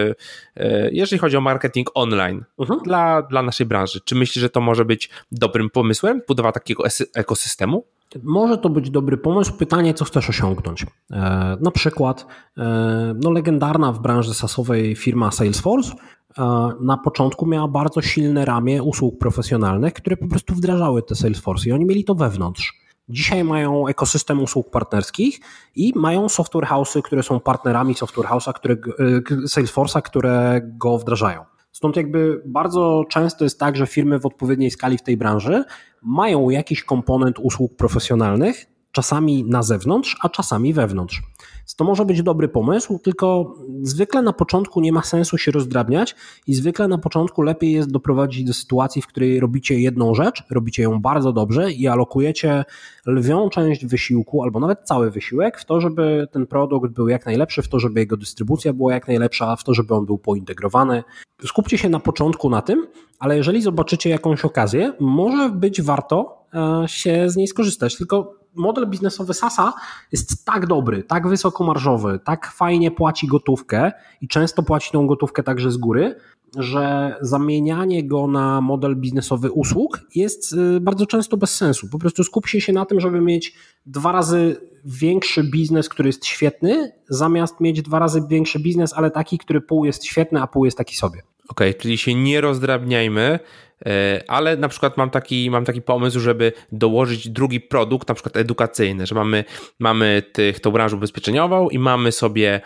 jeżeli chodzi o marketing online dla naszej branży. Czy myślisz, że to może być dobrym pomysłem, budowa takiego ekosystemu? Może to być dobry pomysł. Pytanie, co chcesz osiągnąć. Na przykład legendarna w branży SaaS-owej firma Salesforce na początku miała bardzo silne ramię usług profesjonalnych, które po prostu wdrażały te Salesforce i oni mieli to wewnątrz. Dzisiaj mają ekosystem usług partnerskich i mają software house'y, które są partnerami software house'a, Salesforce'a, które go wdrażają. Stąd bardzo często jest tak, że firmy w odpowiedniej skali w tej branży mają jakiś komponent usług profesjonalnych, czasami na zewnątrz, a czasami wewnątrz. To może być dobry pomysł, tylko zwykle na początku nie ma sensu się rozdrabniać i zwykle na początku lepiej jest doprowadzić do sytuacji, w której robicie jedną rzecz, robicie ją bardzo dobrze i alokujecie lwią część wysiłku albo nawet cały wysiłek w to, żeby ten produkt był jak najlepszy, w to, żeby jego dystrybucja była jak najlepsza, w to, żeby on był pointegrowany. Skupcie się na początku na tym, ale jeżeli zobaczycie jakąś okazję, może być warto się z niej skorzystać, tylko model biznesowy SaaS-a jest tak dobry, tak wysokomarżowy, tak fajnie płaci gotówkę i często płaci tą gotówkę także z góry, że zamienianie go na model biznesowy usług jest bardzo często bez sensu. Po prostu skupcie się na tym, żeby mieć 2 razy większy biznes, który jest świetny, zamiast mieć 2 razy większy biznes, ale taki, który pół jest świetny, a pół jest taki sobie. Okej, czyli się nie rozdrabniajmy, ale na przykład mam taki pomysł, żeby dołożyć drugi produkt, na przykład edukacyjny, że mamy tą branżę ubezpieczeniową i mamy sobie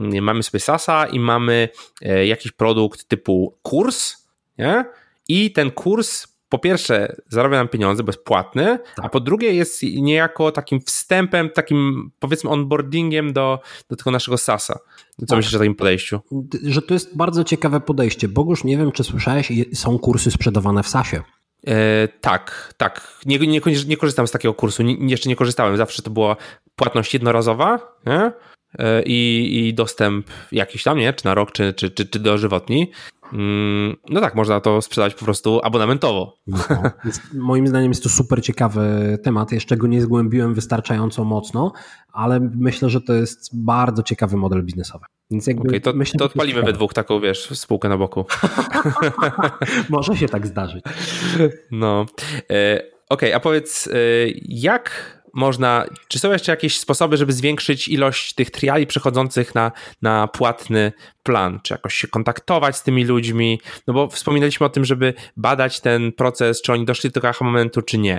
SaaS-a i mamy jakiś produkt typu kurs, nie? I ten kurs po pierwsze zarabia nam pieniądze, bo jest płatny, a po drugie jest niejako takim wstępem, takim powiedzmy onboardingiem do tego naszego SaaS-a. Co myślisz o takim podejściu? Że to jest bardzo ciekawe podejście. Bogusz, nie wiem, czy słyszałeś, są kursy sprzedawane w SaaS-ie. Tak. Nie korzystam z takiego kursu, jeszcze nie korzystałem. Zawsze to była płatność jednorazowa, nie? i dostęp jakiś tam, nie? Czy na rok, czy dożywotni. No tak, można to sprzedać po prostu abonamentowo. No, moim zdaniem jest to super ciekawy temat. Jeszcze go nie zgłębiłem wystarczająco mocno, ale myślę, że to jest bardzo ciekawy model biznesowy. Więc jakby myślę, to odpalimy we dwóch taką, spółkę na boku. Może się tak zdarzyć. No. Okej, a powiedz, czy są jeszcze jakieś sposoby, żeby zwiększyć ilość tych triali przechodzących na płatny plan? Czy jakoś się kontaktować z tymi ludźmi? No bo wspominaliśmy o tym, żeby badać ten proces, czy oni doszli do tego momentu, czy nie.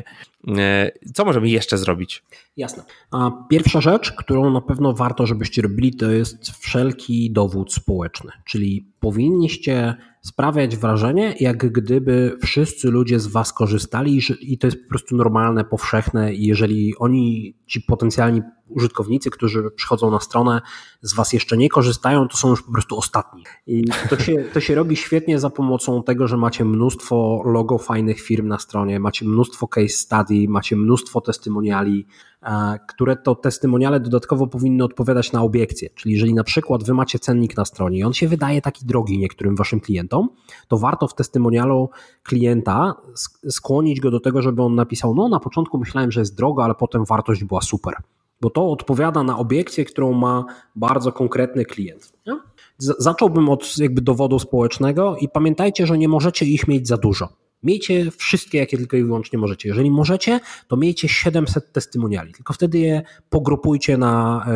Co możemy jeszcze zrobić? Jasne. A pierwsza rzecz, którą na pewno warto, żebyście robili, to jest wszelki dowód społeczny. Czyli powinniście sprawiać wrażenie, jak gdyby wszyscy ludzie z was korzystali i to jest po prostu normalne, powszechne i jeżeli ci potencjalni użytkownicy, którzy przychodzą na stronę, z was jeszcze nie korzystają, to są już po prostu ostatni. I to się robi świetnie za pomocą tego, że macie mnóstwo logo fajnych firm na stronie, macie mnóstwo case study, macie mnóstwo testimoniali, które to testymoniale dodatkowo powinny odpowiadać na obiekcje. Czyli jeżeli na przykład wy macie cennik na stronie i on się wydaje taki drogi niektórym waszym klientom, to warto w testymonialu klienta skłonić go do tego, żeby on napisał, no na początku myślałem, że jest drogo, ale potem wartość była super. Bo to odpowiada na obiekcję, którą ma bardzo konkretny klient. Nie? Zacząłbym od jakby dowodu społecznego i pamiętajcie, że nie możecie ich mieć za dużo. Miejcie wszystkie, jakie tylko i wyłącznie możecie. Jeżeli możecie, to miejcie 700 testymoniali. Tylko wtedy je pogrupujcie na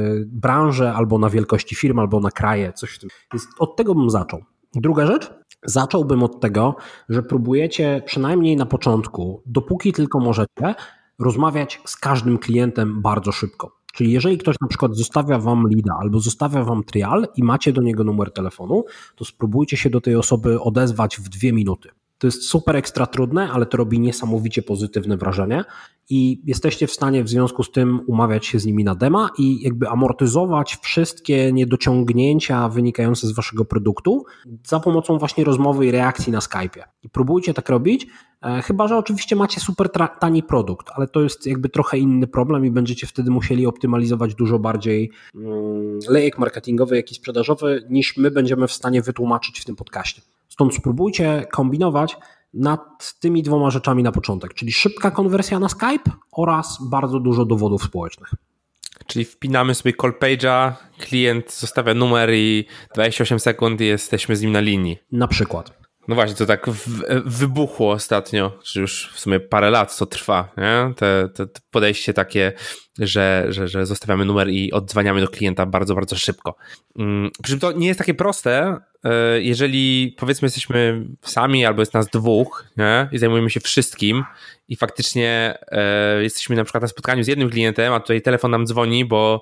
branżę, albo na wielkości firm, albo na kraje, coś w tym. Więc od tego bym zaczął. Druga rzecz, zacząłbym od tego, że próbujecie przynajmniej na początku, dopóki tylko możecie, rozmawiać z każdym klientem bardzo szybko. Czyli jeżeli ktoś na przykład zostawia wam leada albo zostawia wam trial i macie do niego numer telefonu, to spróbujcie się do tej osoby odezwać w 2 minuty. To jest super ekstra trudne, ale to robi niesamowicie pozytywne wrażenie i jesteście w stanie w związku z tym umawiać się z nimi na dema i jakby amortyzować wszystkie niedociągnięcia wynikające z waszego produktu za pomocą właśnie rozmowy i reakcji na Skype'ie. I próbujcie tak robić, chyba że oczywiście macie super tani produkt, ale to jest jakby trochę inny problem i będziecie wtedy musieli optymalizować dużo bardziej lejek marketingowy, jak i sprzedażowy, niż my będziemy w stanie wytłumaczyć w tym podcaście. Stąd spróbujcie kombinować nad tymi 2 rzeczami na początek, czyli szybka konwersja na Skype oraz bardzo dużo dowodów społecznych. Czyli wpinamy sobie call page'a, klient zostawia numer i 28 sekund i jesteśmy z nim na linii. Na przykład. No właśnie, to tak wybuchło ostatnio, czy już w sumie parę lat to trwa, nie? Te podejście takie, że zostawiamy numer i oddzwaniamy do klienta bardzo, bardzo szybko. Przy czym to nie jest takie proste, jeżeli powiedzmy jesteśmy sami albo jest nas 2, nie? I zajmujemy się wszystkim i faktycznie jesteśmy na przykład na spotkaniu z jednym klientem, a tutaj telefon nam dzwoni, bo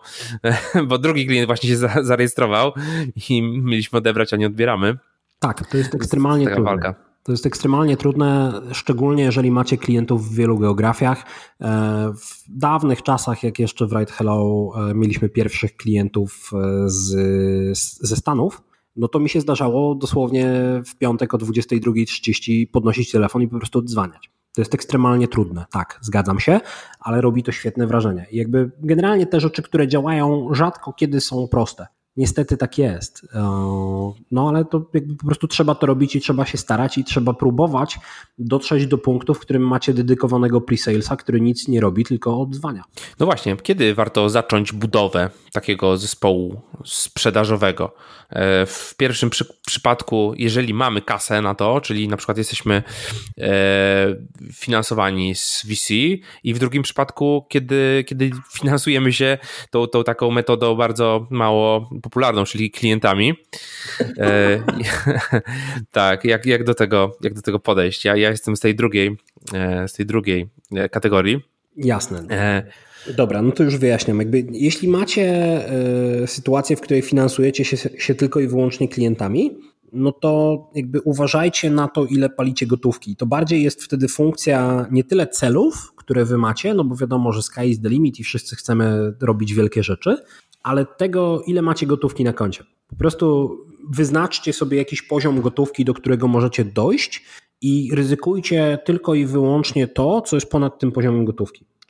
drugi klient właśnie się zarejestrował i mieliśmy odebrać, a nie odbieramy. Tak, to jest ekstremalnie trudne. Walka. To jest ekstremalnie trudne, szczególnie jeżeli macie klientów w wielu geografiach. W dawnych czasach, jak jeszcze w Write Hello mieliśmy pierwszych klientów ze Stanów, no to mi się zdarzało dosłownie w piątek o 22:30 podnosić telefon i po prostu odzwaniać. To jest ekstremalnie trudne, tak, zgadzam się, ale robi to świetne wrażenie. I jakby generalnie te rzeczy, które działają, rzadko kiedy są proste. Niestety tak jest, no ale to jakby po prostu trzeba to robić i trzeba się starać i trzeba próbować dotrzeć do punktu, w którym macie dedykowanego pre-salesa, który nic nie robi, tylko odzwania. No właśnie, kiedy warto zacząć budowę takiego zespołu sprzedażowego? W pierwszym przypadku, jeżeli mamy kasę na to, czyli na przykład jesteśmy finansowani z VC i w drugim przypadku, kiedy finansujemy się tą taką metodą bardzo mało popularną, czyli klientami. Tak, jak do tego podejść? Ja jestem z tej drugiej kategorii. Jasne. Dobra, no to już wyjaśniam. Jeśli macie sytuację, w której finansujecie się tylko i wyłącznie klientami, no to jakby uważajcie na to, ile palicie gotówki. To bardziej jest wtedy funkcja nie tyle celów, które wy macie, no bo wiadomo, że sky is the limit i wszyscy chcemy robić wielkie rzeczy, ale tego, ile macie gotówki na koncie. Po prostu wyznaczcie sobie jakiś poziom gotówki, do którego możecie dojść i ryzykujcie tylko i wyłącznie to, co jest ponad tym poziomem gotówki.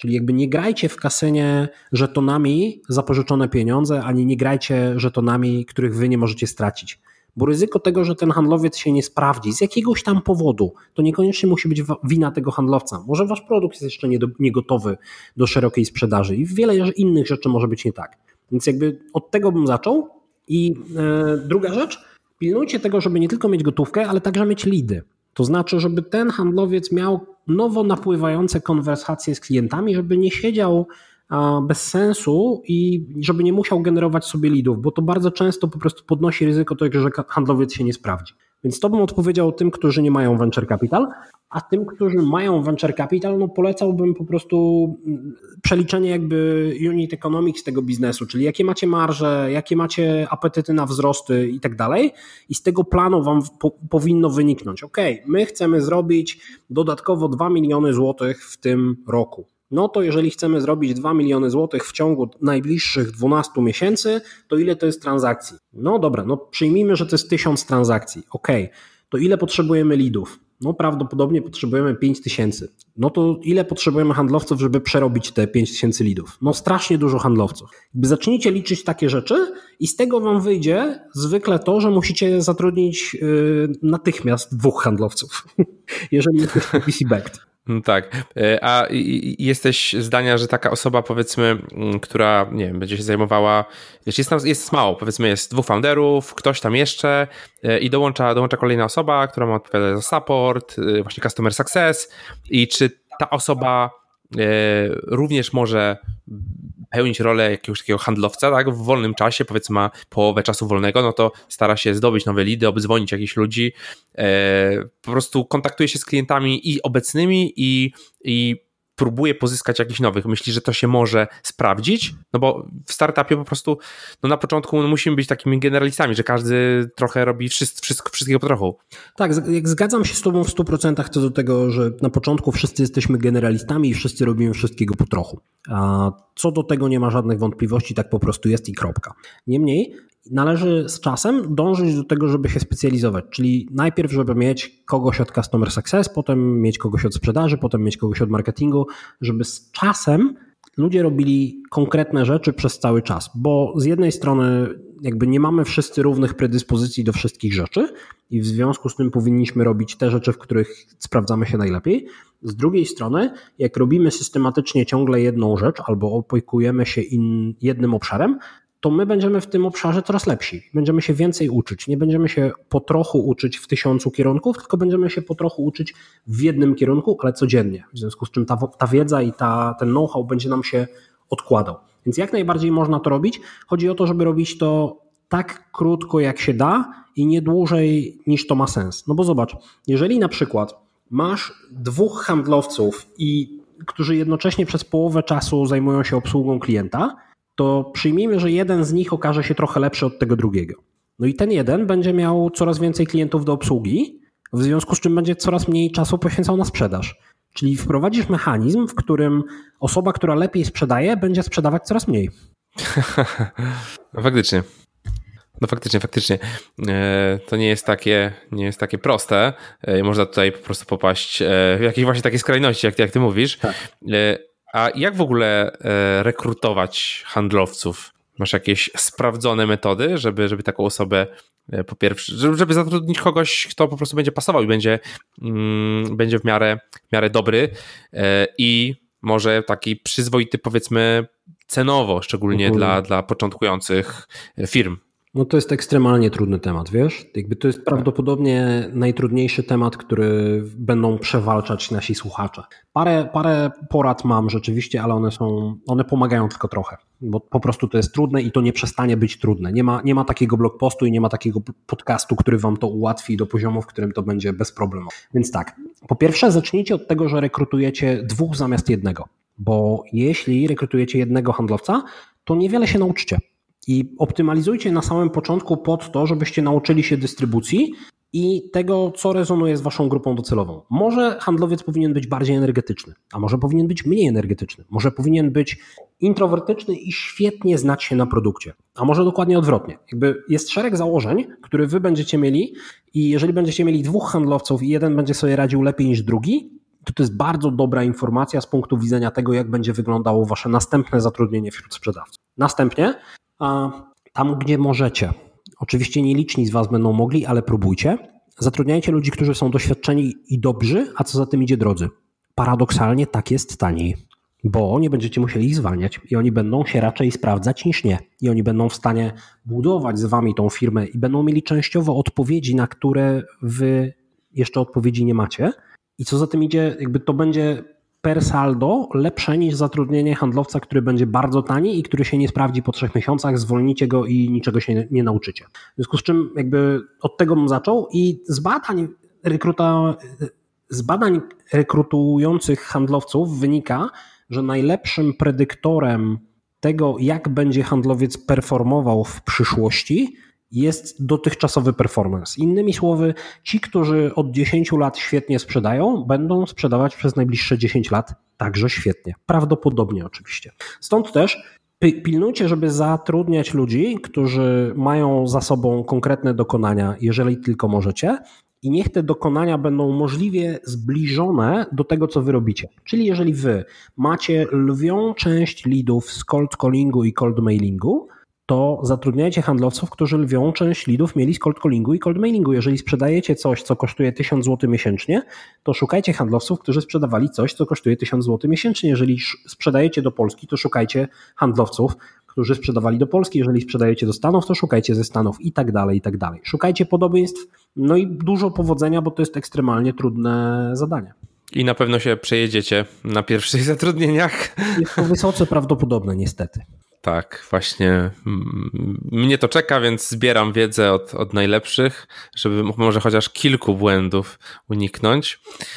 Czyli jakby nie grajcie w kasynie żetonami za pożyczone pieniądze, ani nie grajcie żetonami, których wy nie możecie stracić. Bo ryzyko tego, że ten handlowiec się nie sprawdzi z jakiegoś tam powodu, to niekoniecznie musi być wina tego handlowca. Może wasz produkt jest jeszcze nie gotowy do szerokiej sprzedaży i wiele innych rzeczy może być nie tak. Więc jakby od tego bym zaczął. I druga rzecz, pilnujcie tego, żeby nie tylko mieć gotówkę, ale także mieć lidy. To znaczy, żeby ten handlowiec miał nowo napływające konwersacje z klientami, żeby nie siedział bez sensu i żeby nie musiał generować sobie lidów, bo to bardzo często po prostu podnosi ryzyko tego, że handlowiec się nie sprawdzi. Więc to bym odpowiedział tym, którzy nie mają venture capital, a tym, którzy mają venture capital, no polecałbym po prostu przeliczenie jakby unit economics tego biznesu, czyli jakie macie marże, jakie macie apetyty na wzrosty i tak dalej i z tego planu wam powinno wyniknąć, my chcemy zrobić dodatkowo 2 miliony złotych w tym roku. No to jeżeli chcemy zrobić 2 miliony złotych w ciągu najbliższych 12 miesięcy, to ile to jest transakcji? No dobra, no przyjmijmy, że to jest 1000 transakcji. To ile potrzebujemy lidów? No prawdopodobnie potrzebujemy 5000. No to ile potrzebujemy handlowców, żeby przerobić te 5000 lidów? No strasznie dużo handlowców. Zacznijcie liczyć takie rzeczy i z tego wam wyjdzie zwykle to, że musicie zatrudnić natychmiast 2 handlowców, jeżeli jesteście VC-backed. Tak, a jesteś zdania, że taka osoba, powiedzmy, która, nie wiem, będzie się zajmowała, jest mało, powiedzmy jest 2 founderów, ktoś tam jeszcze i dołącza kolejna osoba, która ma odpowiadać za support, właśnie customer success i czy ta osoba również może pełnić rolę jakiegoś takiego handlowca, tak, w wolnym czasie, powiedzmy ma połowę czasu wolnego, no to stara się zdobyć nowe lidy, obdzwonić jakichś ludzi, po prostu kontaktuje się z klientami i obecnymi i próbuje pozyskać jakichś nowych. Myśli, że to się może sprawdzić, no bo w startupie po prostu no na początku musimy być takimi generalistami, że każdy trochę robi wszystkiego po trochu. Tak, zgadzam się z tobą w 100% co do tego, że na początku wszyscy jesteśmy generalistami i wszyscy robimy wszystkiego po trochu. A co do tego nie ma żadnych wątpliwości, tak po prostu jest i kropka. Niemniej należy z czasem dążyć do tego, żeby się specjalizować, czyli najpierw, żeby mieć kogoś od customer success, potem mieć kogoś od sprzedaży, potem mieć kogoś od marketingu, żeby z czasem ludzie robili konkretne rzeczy przez cały czas, bo z jednej strony jakby nie mamy wszyscy równych predyspozycji do wszystkich rzeczy i w związku z tym powinniśmy robić te rzeczy, w których sprawdzamy się najlepiej. Z drugiej strony, jak robimy systematycznie ciągle jedną rzecz albo opiekujemy się jednym obszarem, to my będziemy w tym obszarze coraz lepsi. Będziemy się więcej uczyć. Nie będziemy się po trochu uczyć w 1000 kierunków, tylko będziemy się po trochu uczyć w jednym kierunku, ale codziennie. W związku z czym ta wiedza i ten know-how będzie nam się odkładał. Więc jak najbardziej można to robić. Chodzi o to, żeby robić to tak krótko jak się da i nie dłużej niż to ma sens. No bo zobacz, jeżeli na przykład masz 2 handlowców, którzy jednocześnie przez połowę czasu zajmują się obsługą klienta, to przyjmijmy, że jeden z nich okaże się trochę lepszy od tego drugiego. No i ten jeden będzie miał coraz więcej klientów do obsługi, w związku z czym będzie coraz mniej czasu poświęcał na sprzedaż. Czyli wprowadzisz mechanizm, w którym osoba, która lepiej sprzedaje, będzie sprzedawać coraz mniej. Faktycznie. No faktycznie. To nie jest takie proste. Można tutaj po prostu popaść w jakieś właśnie takie skrajności, jak ty mówisz. Tak. A jak w ogóle rekrutować handlowców? Masz jakieś sprawdzone metody, żeby taką osobę po pierwsze, żeby zatrudnić kogoś, kto po prostu będzie pasował i będzie w miarę dobry i może taki przyzwoity, powiedzmy, cenowo, szczególnie dla początkujących firm? No to jest ekstremalnie trudny temat, wiesz? Jakby to jest prawdopodobnie najtrudniejszy temat, który będą przewalczać nasi słuchacze. Parę porad mam rzeczywiście, ale one pomagają tylko trochę, bo po prostu to jest trudne i to nie przestanie być trudne. Nie ma takiego blogpostu i nie ma takiego podcastu, który wam to ułatwi do poziomu, w którym to będzie bez problemu. Więc tak, po pierwsze zacznijcie od tego, że rekrutujecie 2 zamiast 1, bo jeśli rekrutujecie jednego handlowca, to niewiele się nauczycie. I optymalizujcie na samym początku pod to, żebyście nauczyli się dystrybucji i tego, co rezonuje z waszą grupą docelową. Może handlowiec powinien być bardziej energetyczny, a może powinien być mniej energetyczny. Może powinien być introwertyczny i świetnie znać się na produkcie, a może dokładnie odwrotnie. Jakby jest szereg założeń, które wy będziecie mieli i jeżeli będziecie mieli 2 handlowców i jeden będzie sobie radził lepiej niż drugi, to jest bardzo dobra informacja z punktu widzenia tego, jak będzie wyglądało wasze następne zatrudnienie wśród sprzedawców. Następnie, tam gdzie możecie, oczywiście nieliczni z was będą mogli, ale próbujcie, zatrudniajcie ludzi, którzy są doświadczeni i dobrzy, a co za tym idzie drodzy. Paradoksalnie tak jest taniej, bo nie będziecie musieli ich zwalniać i oni będą się raczej sprawdzać niż nie. I oni będą w stanie budować z wami tą firmę i będą mieli częściowo odpowiedzi, na które wy jeszcze odpowiedzi nie macie. I co za tym idzie, jakby to będzie per saldo lepsze niż zatrudnienie handlowca, który będzie bardzo tani i który się nie sprawdzi po 3 miesiącach, zwolnicie go i niczego się nie nauczycie. W związku z czym jakby od tego bym zaczął i z badań rekrutujących handlowców wynika, że najlepszym predyktorem tego, jak będzie handlowiec performował w przyszłości, jest dotychczasowy performance. Innymi słowy, ci, którzy od 10 lat świetnie sprzedają, będą sprzedawać przez najbliższe 10 lat także świetnie. Prawdopodobnie oczywiście. Stąd też pilnujcie, żeby zatrudniać ludzi, którzy mają za sobą konkretne dokonania, jeżeli tylko możecie, i niech te dokonania będą możliwie zbliżone do tego, co wy robicie. Czyli jeżeli wy macie lwią część leadów z cold callingu i cold mailingu, to zatrudniajcie handlowców, którzy lwią część leadów mieli z cold callingu i cold mailingu. Jeżeli sprzedajecie coś, co kosztuje 1000 zł miesięcznie, to szukajcie handlowców, którzy sprzedawali coś, co kosztuje 1000 zł miesięcznie. Jeżeli sprzedajecie do Polski, to szukajcie handlowców, którzy sprzedawali do Polski. Jeżeli sprzedajecie do Stanów, to szukajcie ze Stanów i tak dalej, i tak dalej. Szukajcie podobieństw, no i dużo powodzenia, bo to jest ekstremalnie trudne zadanie. I na pewno się przejedziecie na pierwszych zatrudnieniach. Jest to wysoce prawdopodobne, niestety. Tak, właśnie mnie to czeka, więc zbieram wiedzę od najlepszych, żeby może chociaż kilku błędów uniknąć.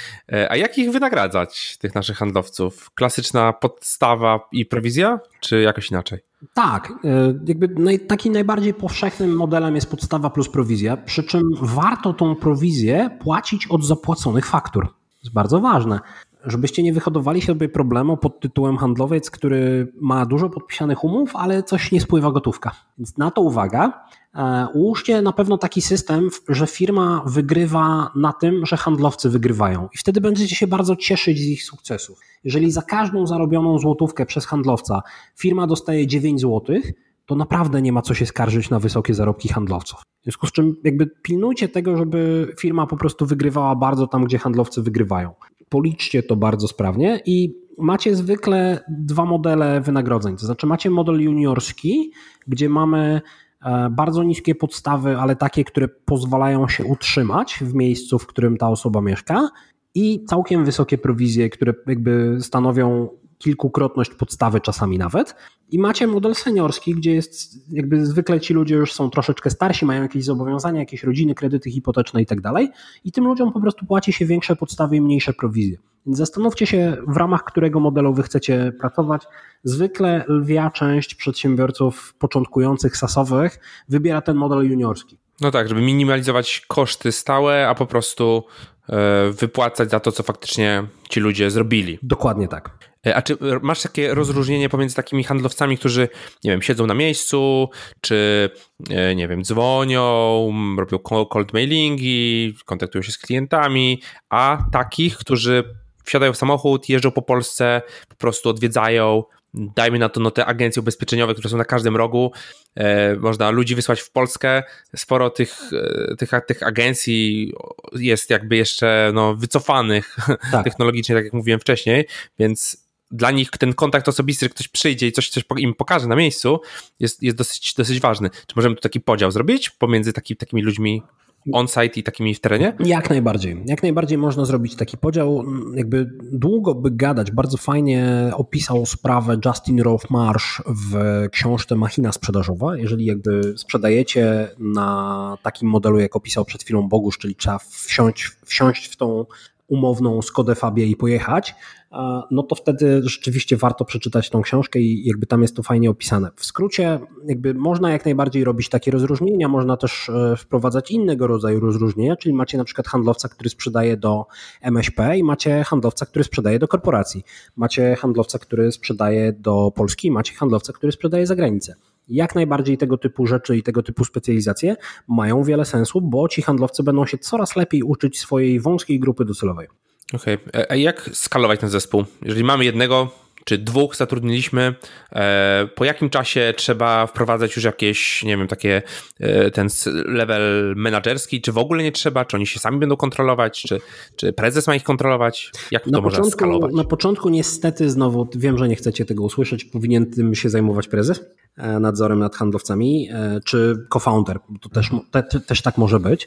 A jak ich wynagradzać, tych naszych handlowców? Klasyczna podstawa i prowizja, czy jakoś inaczej? Tak, jakby takim najbardziej powszechnym modelem jest podstawa plus prowizja, przy czym warto tą prowizję płacić od zapłaconych faktur. To jest bardzo ważne. Żebyście nie wyhodowali sobie problemu pod tytułem handlowiec, który ma dużo podpisanych umów, ale coś nie spływa gotówka. Więc na to uwaga. Ułóżcie na pewno taki system, że firma wygrywa na tym, że handlowcy wygrywają i wtedy będziecie się bardzo cieszyć z ich sukcesów. Jeżeli za każdą zarobioną złotówkę przez handlowca firma dostaje 9 zł, to naprawdę nie ma co się skarżyć na wysokie zarobki handlowców. W związku z czym jakby pilnujcie tego, żeby firma po prostu wygrywała bardzo tam, gdzie handlowcy wygrywają. Policzcie to bardzo sprawnie i macie zwykle 2 modele wynagrodzeń. To znaczy macie model juniorski, gdzie mamy bardzo niskie podstawy, ale takie, które pozwalają się utrzymać w miejscu, w którym ta osoba mieszka, i całkiem wysokie prowizje, które jakby stanowią kilkukrotność podstawy czasami nawet. I macie model seniorski, gdzie jest jakby zwykle ci ludzie już są troszeczkę starsi, mają jakieś zobowiązania, jakieś rodziny, kredyty hipoteczne i tak dalej. I tym ludziom po prostu płaci się większe podstawy i mniejsze prowizje. Więc zastanówcie się, w ramach którego modelu wy chcecie pracować. Zwykle lwia część przedsiębiorców początkujących SaaS-owych wybiera ten model juniorski. No tak, żeby minimalizować koszty stałe, a po prostu wypłacać za to, co faktycznie ci ludzie zrobili. Dokładnie tak. A czy masz takie rozróżnienie pomiędzy takimi handlowcami, którzy, nie wiem, siedzą na miejscu, czy, nie wiem, dzwonią, robią cold mailingi, kontaktują się z klientami, a takich, którzy wsiadają w samochód, jeżdżą po Polsce, po prostu odwiedzają, dajmy na to te agencje ubezpieczeniowe, które są na każdym rogu, można ludzi wysłać w Polskę, sporo tych agencji jest jakby jeszcze wycofanych technologicznie, tak jak mówiłem wcześniej, więc dla nich ten kontakt osobisty, że ktoś przyjdzie i coś im pokaże na miejscu, jest dosyć ważny. Czy możemy tu taki podział zrobić pomiędzy takimi ludźmi on-site i takimi w terenie? Jak najbardziej. Jak najbardziej można zrobić taki podział. Jakby długo by gadać. Bardzo fajnie opisał sprawę Justin Rothmarsh w książce Machina Sprzedażowa. Jeżeli jakby sprzedajecie na takim modelu, jak opisał przed chwilą Bogusz, czyli trzeba wsiąść w tą umowną Skodę Fabię i pojechać, no to wtedy rzeczywiście warto przeczytać tą książkę i jakby tam jest to fajnie opisane. W skrócie jakby można jak najbardziej robić takie rozróżnienia, można też wprowadzać innego rodzaju rozróżnienia, czyli macie na przykład handlowca, który sprzedaje do MŚP i macie handlowca, który sprzedaje do korporacji. Macie handlowca, który sprzedaje do Polski, macie handlowca, który sprzedaje za granicę. Jak najbardziej tego typu rzeczy i tego typu specjalizacje mają wiele sensu, bo ci handlowcy będą się coraz lepiej uczyć swojej wąskiej grupy docelowej. Okej. A jak skalować ten zespół? Jeżeli mamy jednego czy dwóch zatrudniliśmy, po jakim czasie trzeba wprowadzać już jakieś, nie wiem, takie ten level menadżerski, czy w ogóle nie trzeba, czy oni się sami będą kontrolować, czy prezes ma ich kontrolować? Jak to można skalować? Na początku niestety znowu, wiem, że nie chcecie tego usłyszeć, powinien tym się zajmować prezes, nadzorem nad handlowcami, czy co-founder, to też tak może być.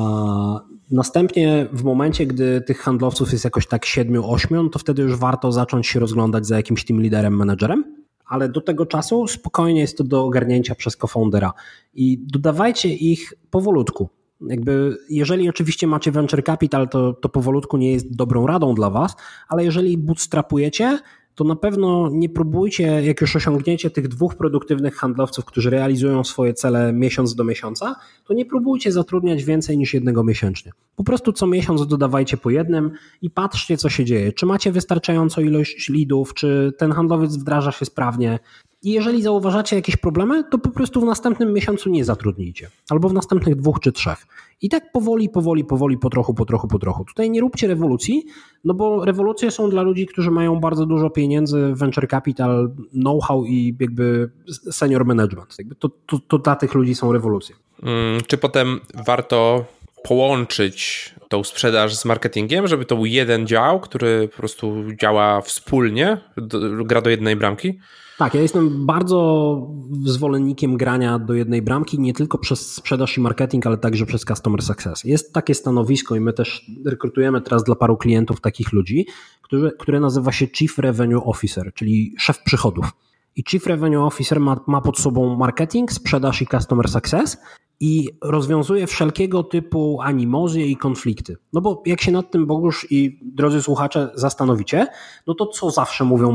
Następnie w momencie, gdy tych handlowców jest jakoś tak 7-8, to wtedy już warto zacząć się rozglądać za jakimś team liderem, menedżerem, ale do tego czasu spokojnie jest to do ogarnięcia przez co-foundera i dodawajcie ich powolutku. Jeżeli oczywiście macie venture capital, to powolutku nie jest dobrą radą dla was, ale jeżeli bootstrapujecie, to na pewno nie próbujcie, jak już osiągniecie tych 2 produktywnych handlowców, którzy realizują swoje cele miesiąc do miesiąca, to nie próbujcie zatrudniać więcej niż 1 miesięcznie. Po prostu co miesiąc dodawajcie po 1 i patrzcie, co się dzieje. Czy macie wystarczającą ilość leadów, czy ten handlowiec wdraża się sprawnie. I jeżeli zauważacie jakieś problemy, to po prostu w następnym miesiącu nie zatrudnijcie. Albo w następnych 2 czy 3. I tak powoli, po trochu. Tutaj nie róbcie rewolucji, no bo rewolucje są dla ludzi, którzy mają bardzo dużo pieniędzy, venture capital, know-how i jakby senior management. To dla tych ludzi są rewolucje. Czy potem warto połączyć tą sprzedaż z marketingiem, żeby to był jeden dział, który po prostu działa wspólnie, gra do jednej bramki? Tak, ja jestem bardzo zwolennikiem grania do jednej bramki, nie tylko przez sprzedaż i marketing, ale także przez customer success. Jest takie stanowisko i my też rekrutujemy teraz dla paru klientów takich ludzi, które nazywa się Chief Revenue Officer, czyli szef przychodów. I Chief Revenue Officer ma pod sobą marketing, sprzedaż i customer success i rozwiązuje wszelkiego typu animozje i konflikty. No bo jak się nad tym, Bogusz i drodzy słuchacze, zastanowicie, no to co zawsze mówią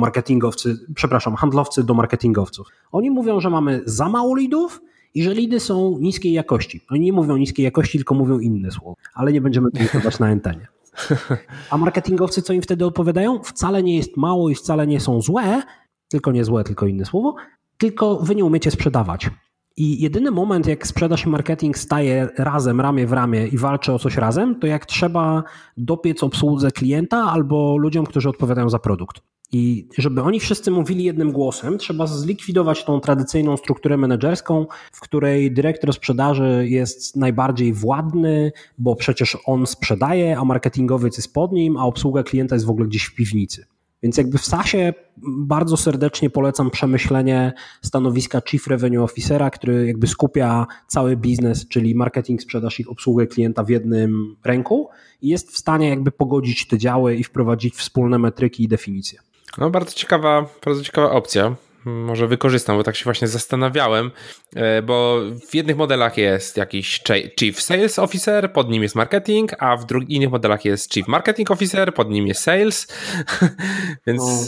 handlowcy do marketingowców? Oni mówią, że mamy za mało leadów i że leady są niskiej jakości. Oni nie mówią niskiej jakości, tylko mówią inne słowo, ale nie będziemy dyskutować na antenie. A marketingowcy co im wtedy odpowiadają? Wcale nie jest mało i wcale nie są złe, tylko nie złe, tylko inne słowo, tylko wy nie umiecie sprzedawać. I jedyny moment, jak sprzedaż i marketing staje razem, ramię w ramię i walczy o coś razem, to jak trzeba dopiec obsłudze klienta albo ludziom, którzy odpowiadają za produkt. I żeby oni wszyscy mówili jednym głosem, trzeba zlikwidować tą tradycyjną strukturę menedżerską, w której dyrektor sprzedaży jest najbardziej władny, bo przecież on sprzedaje, a marketingowiec jest pod nim, a obsługa klienta jest w ogóle gdzieś w piwnicy. Więc jakby w SaaSie bardzo serdecznie polecam przemyślenie stanowiska Chief Revenue Officera, który jakby skupia cały biznes, czyli marketing, sprzedaż i obsługę klienta w jednym ręku i jest w stanie jakby pogodzić te działy i wprowadzić wspólne metryki i definicje. No bardzo ciekawa opcja. Może wykorzystam, bo tak się właśnie zastanawiałem, bo w jednych modelach jest jakiś Chief Sales Officer, pod nim jest marketing, a w innych modelach jest Chief Marketing Officer, pod nim jest sales, więc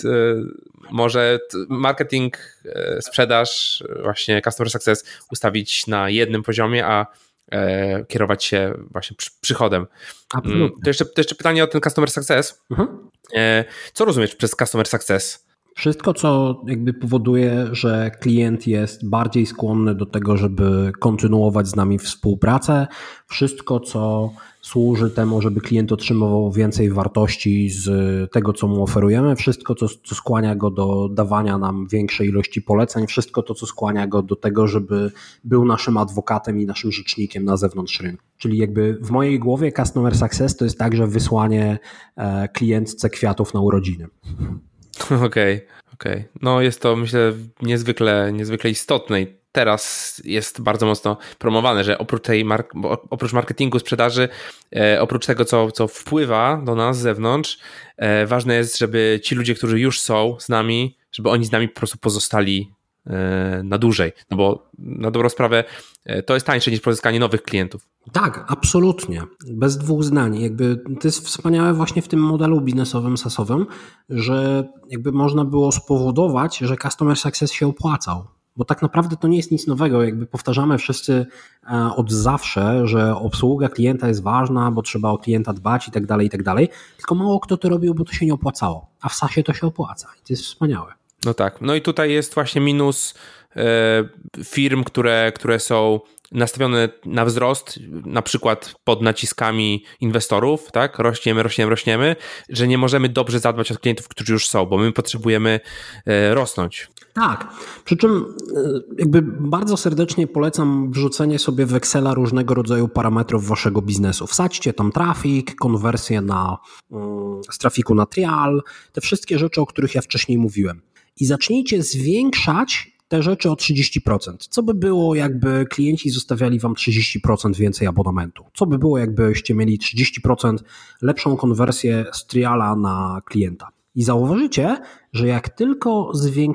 może marketing, sprzedaż, właśnie customer success ustawić na jednym poziomie, a kierować się właśnie przychodem. To jeszcze pytanie o ten customer success. Co rozumiesz przez customer success? Wszystko, co jakby powoduje, że klient jest bardziej skłonny do tego, żeby kontynuować z nami współpracę, wszystko, co służy temu, żeby klient otrzymywał więcej wartości z tego, co mu oferujemy, wszystko, co skłania go do dawania nam większej ilości poleceń, wszystko to, co skłania go do tego, żeby był naszym adwokatem i naszym rzecznikiem na zewnątrz rynku. Czyli jakby w mojej głowie customer success to jest także wysłanie klientce kwiatów na urodziny. Okej. No jest to, myślę, niezwykle istotne i teraz jest bardzo mocno promowane, że oprócz marketingu, sprzedaży, oprócz tego, co wpływa do nas z zewnątrz, ważne jest, żeby ci ludzie, którzy już są z nami, żeby oni z nami po prostu pozostali na dłużej, no bo na dobrą sprawę to jest tańsze niż pozyskanie nowych klientów. Tak, absolutnie. Bez dwóch zdań. Jakby to jest wspaniałe właśnie w tym modelu biznesowym SaaS-owym, że jakby można było spowodować, że customer success się opłacał. Bo tak naprawdę to nie jest nic nowego. Jakby powtarzamy wszyscy od zawsze, że obsługa klienta jest ważna, bo trzeba o klienta dbać i tak dalej. Tylko mało kto to robił, bo to się nie opłacało. A w SaaSie to się opłaca i to jest wspaniałe. No tak. No i tutaj jest właśnie minus firm, które są nastawione na wzrost, na przykład pod naciskami inwestorów, tak? Rośniemy, że nie możemy dobrze zadbać o klientów, którzy już są, bo my potrzebujemy rosnąć. Tak, przy czym jakby bardzo serdecznie polecam wrzucenie sobie w Excela różnego rodzaju parametrów waszego biznesu. Wsadźcie tam trafik, konwersję z trafiku na trial, te wszystkie rzeczy, o których ja wcześniej mówiłem. I zacznijcie zwiększać te rzeczy o 30%. Co by było, jakby klienci zostawiali wam 30% więcej abonamentu? Co by było, jakbyście mieli 30% lepszą konwersję z triala na klienta? I zauważycie, że jak tylko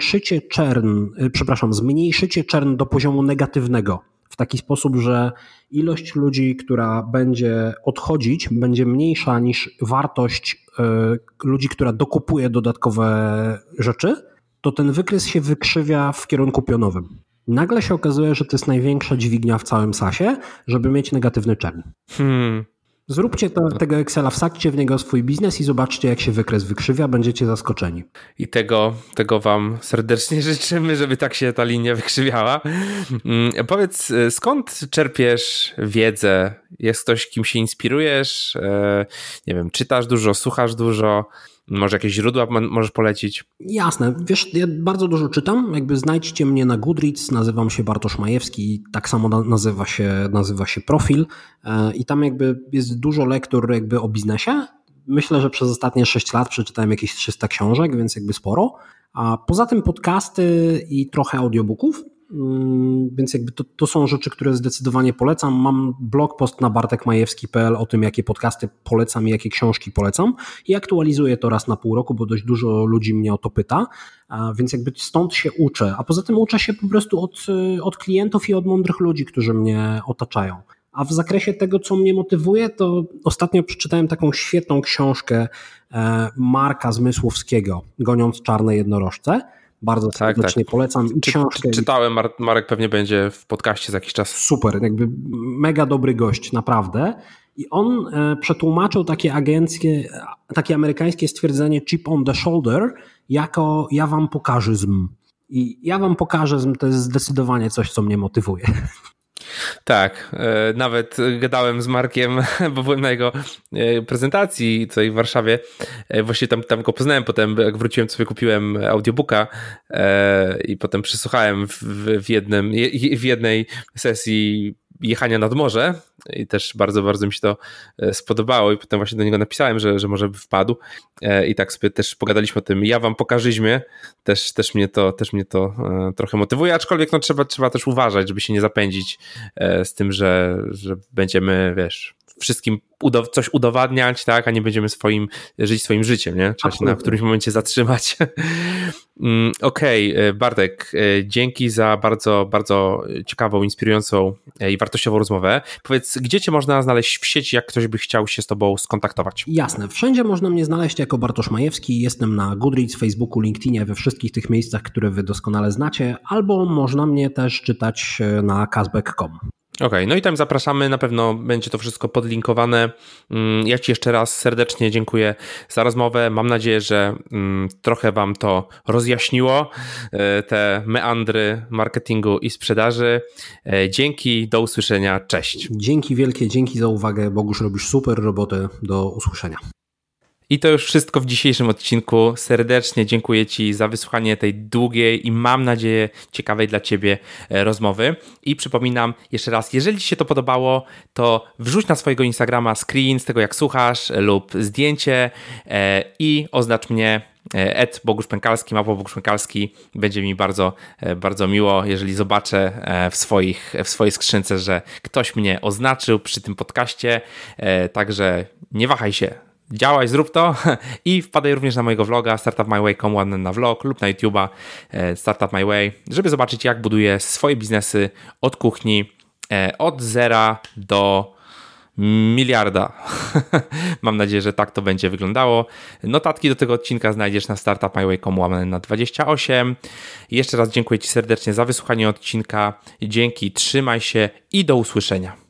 zmniejszycie churn do poziomu negatywnego w taki sposób, że ilość ludzi, która będzie odchodzić, będzie mniejsza niż wartość ludzi, która dokupuje dodatkowe rzeczy, to ten wykres się wykrzywia w kierunku pionowym. Nagle się okazuje, że to jest największa dźwignia w całym SaaS-ie, żeby mieć negatywny churn. Zróbcie tego Excela, wsadźcie w niego swój biznes i zobaczcie, jak się wykres wykrzywia, będziecie zaskoczeni. I tego wam serdecznie życzymy, żeby tak się ta linia wykrzywiała. Powiedz, skąd czerpiesz wiedzę? Jest ktoś, kim się inspirujesz? Nie wiem, czytasz dużo, słuchasz dużo? Może jakieś źródła możesz polecić? Jasne. Wiesz, ja bardzo dużo czytam. Jakby znajdźcie mnie na Goodreads, nazywam się Bartosz Majewski, tak samo nazywa się profil i tam jakby jest dużo lektur jakby o biznesie. Myślę, że przez ostatnie 6 lat przeczytałem jakieś 300 książek, więc jakby sporo. A poza tym podcasty i trochę audiobooków. Więc jakby to są rzeczy, które zdecydowanie polecam. Mam blog post na bartekmajewski.pl o tym, jakie podcasty polecam i jakie książki polecam i aktualizuję to raz na pół roku, bo dość dużo ludzi mnie o to pyta, więc jakby stąd się uczę. A poza tym uczę się po prostu od klientów i od mądrych ludzi, którzy mnie otaczają. A w zakresie tego, co mnie motywuje, to ostatnio przeczytałem taką świetną książkę Marka Zmysłowskiego, Goniąc czarne jednorożce. Bardzo serdecznie polecam. I książkę. Czytałem, Marek pewnie będzie w podcaście za jakiś czas. Super, jakby mega dobry gość, naprawdę. I on przetłumaczył takie amerykańskie stwierdzenie chip on the shoulder jako ja wam pokażę-zm. I ja wam pokażę-zm to jest zdecydowanie coś, co mnie motywuje. Tak, nawet gadałem z Markiem, bo byłem na jego prezentacji tutaj w Warszawie. Właśnie tam go poznałem, potem jak wróciłem sobie kupiłem audiobooka i potem przesłuchałem w jednej sesji jechania nad morze i też bardzo, bardzo mi się to spodobało i potem właśnie do niego napisałem, że może by wpadł i tak sobie też pogadaliśmy o tym. Ja wam pokażyźmie, też mnie to trochę motywuje, aczkolwiek no trzeba też uważać, żeby się nie zapędzić z tym, że będziemy, wiesz, wszystkim coś udowadniać, tak, a nie będziemy żyć swoim życiem, nie? Trzeba się na którymś momencie zatrzymać. Okej, Bartek, dzięki za bardzo, bardzo ciekawą, inspirującą i wartościową rozmowę. Powiedz, gdzie cię można znaleźć w sieci, jak ktoś by chciał się z tobą skontaktować? Jasne, wszędzie można mnie znaleźć jako Bartosz Majewski, jestem na Goodreads, Facebooku, LinkedInie, we wszystkich tych miejscach, które wy doskonale znacie, albo można mnie też czytać na cashback.com. Okej, no i tam zapraszamy, na pewno będzie to wszystko podlinkowane. Ja ci jeszcze raz serdecznie dziękuję za rozmowę. Mam nadzieję, że trochę wam to rozjaśniło, te meandry marketingu i sprzedaży. Dzięki, do usłyszenia, cześć. Dzięki wielkie, dzięki za uwagę, Bogusz, robisz super robotę, do usłyszenia. I to już wszystko w dzisiejszym odcinku. Serdecznie dziękuję ci za wysłuchanie tej długiej i mam nadzieję ciekawej dla ciebie rozmowy. I przypominam jeszcze raz, jeżeli ci się to podobało, to wrzuć na swojego Instagrama screen z tego, jak słuchasz lub zdjęcie i oznacz mnie @BoguszPękalski, @BoguszPękalski. Będzie mi bardzo, bardzo miło, jeżeli zobaczę w swojej skrzynce, że ktoś mnie oznaczył przy tym podcaście. Także nie wahaj się. Działaj, zrób to i wpadaj również na mojego vloga startupmyway.com na vlog lub na YouTube'a Startup My Way, żeby zobaczyć, jak buduję swoje biznesy od kuchni, od zera do miliarda. Mam nadzieję, że tak to będzie wyglądało. Notatki do tego odcinka znajdziesz na startupmyway.com na 28. Jeszcze raz dziękuję ci serdecznie za wysłuchanie odcinka. Dzięki, trzymaj się i do usłyszenia.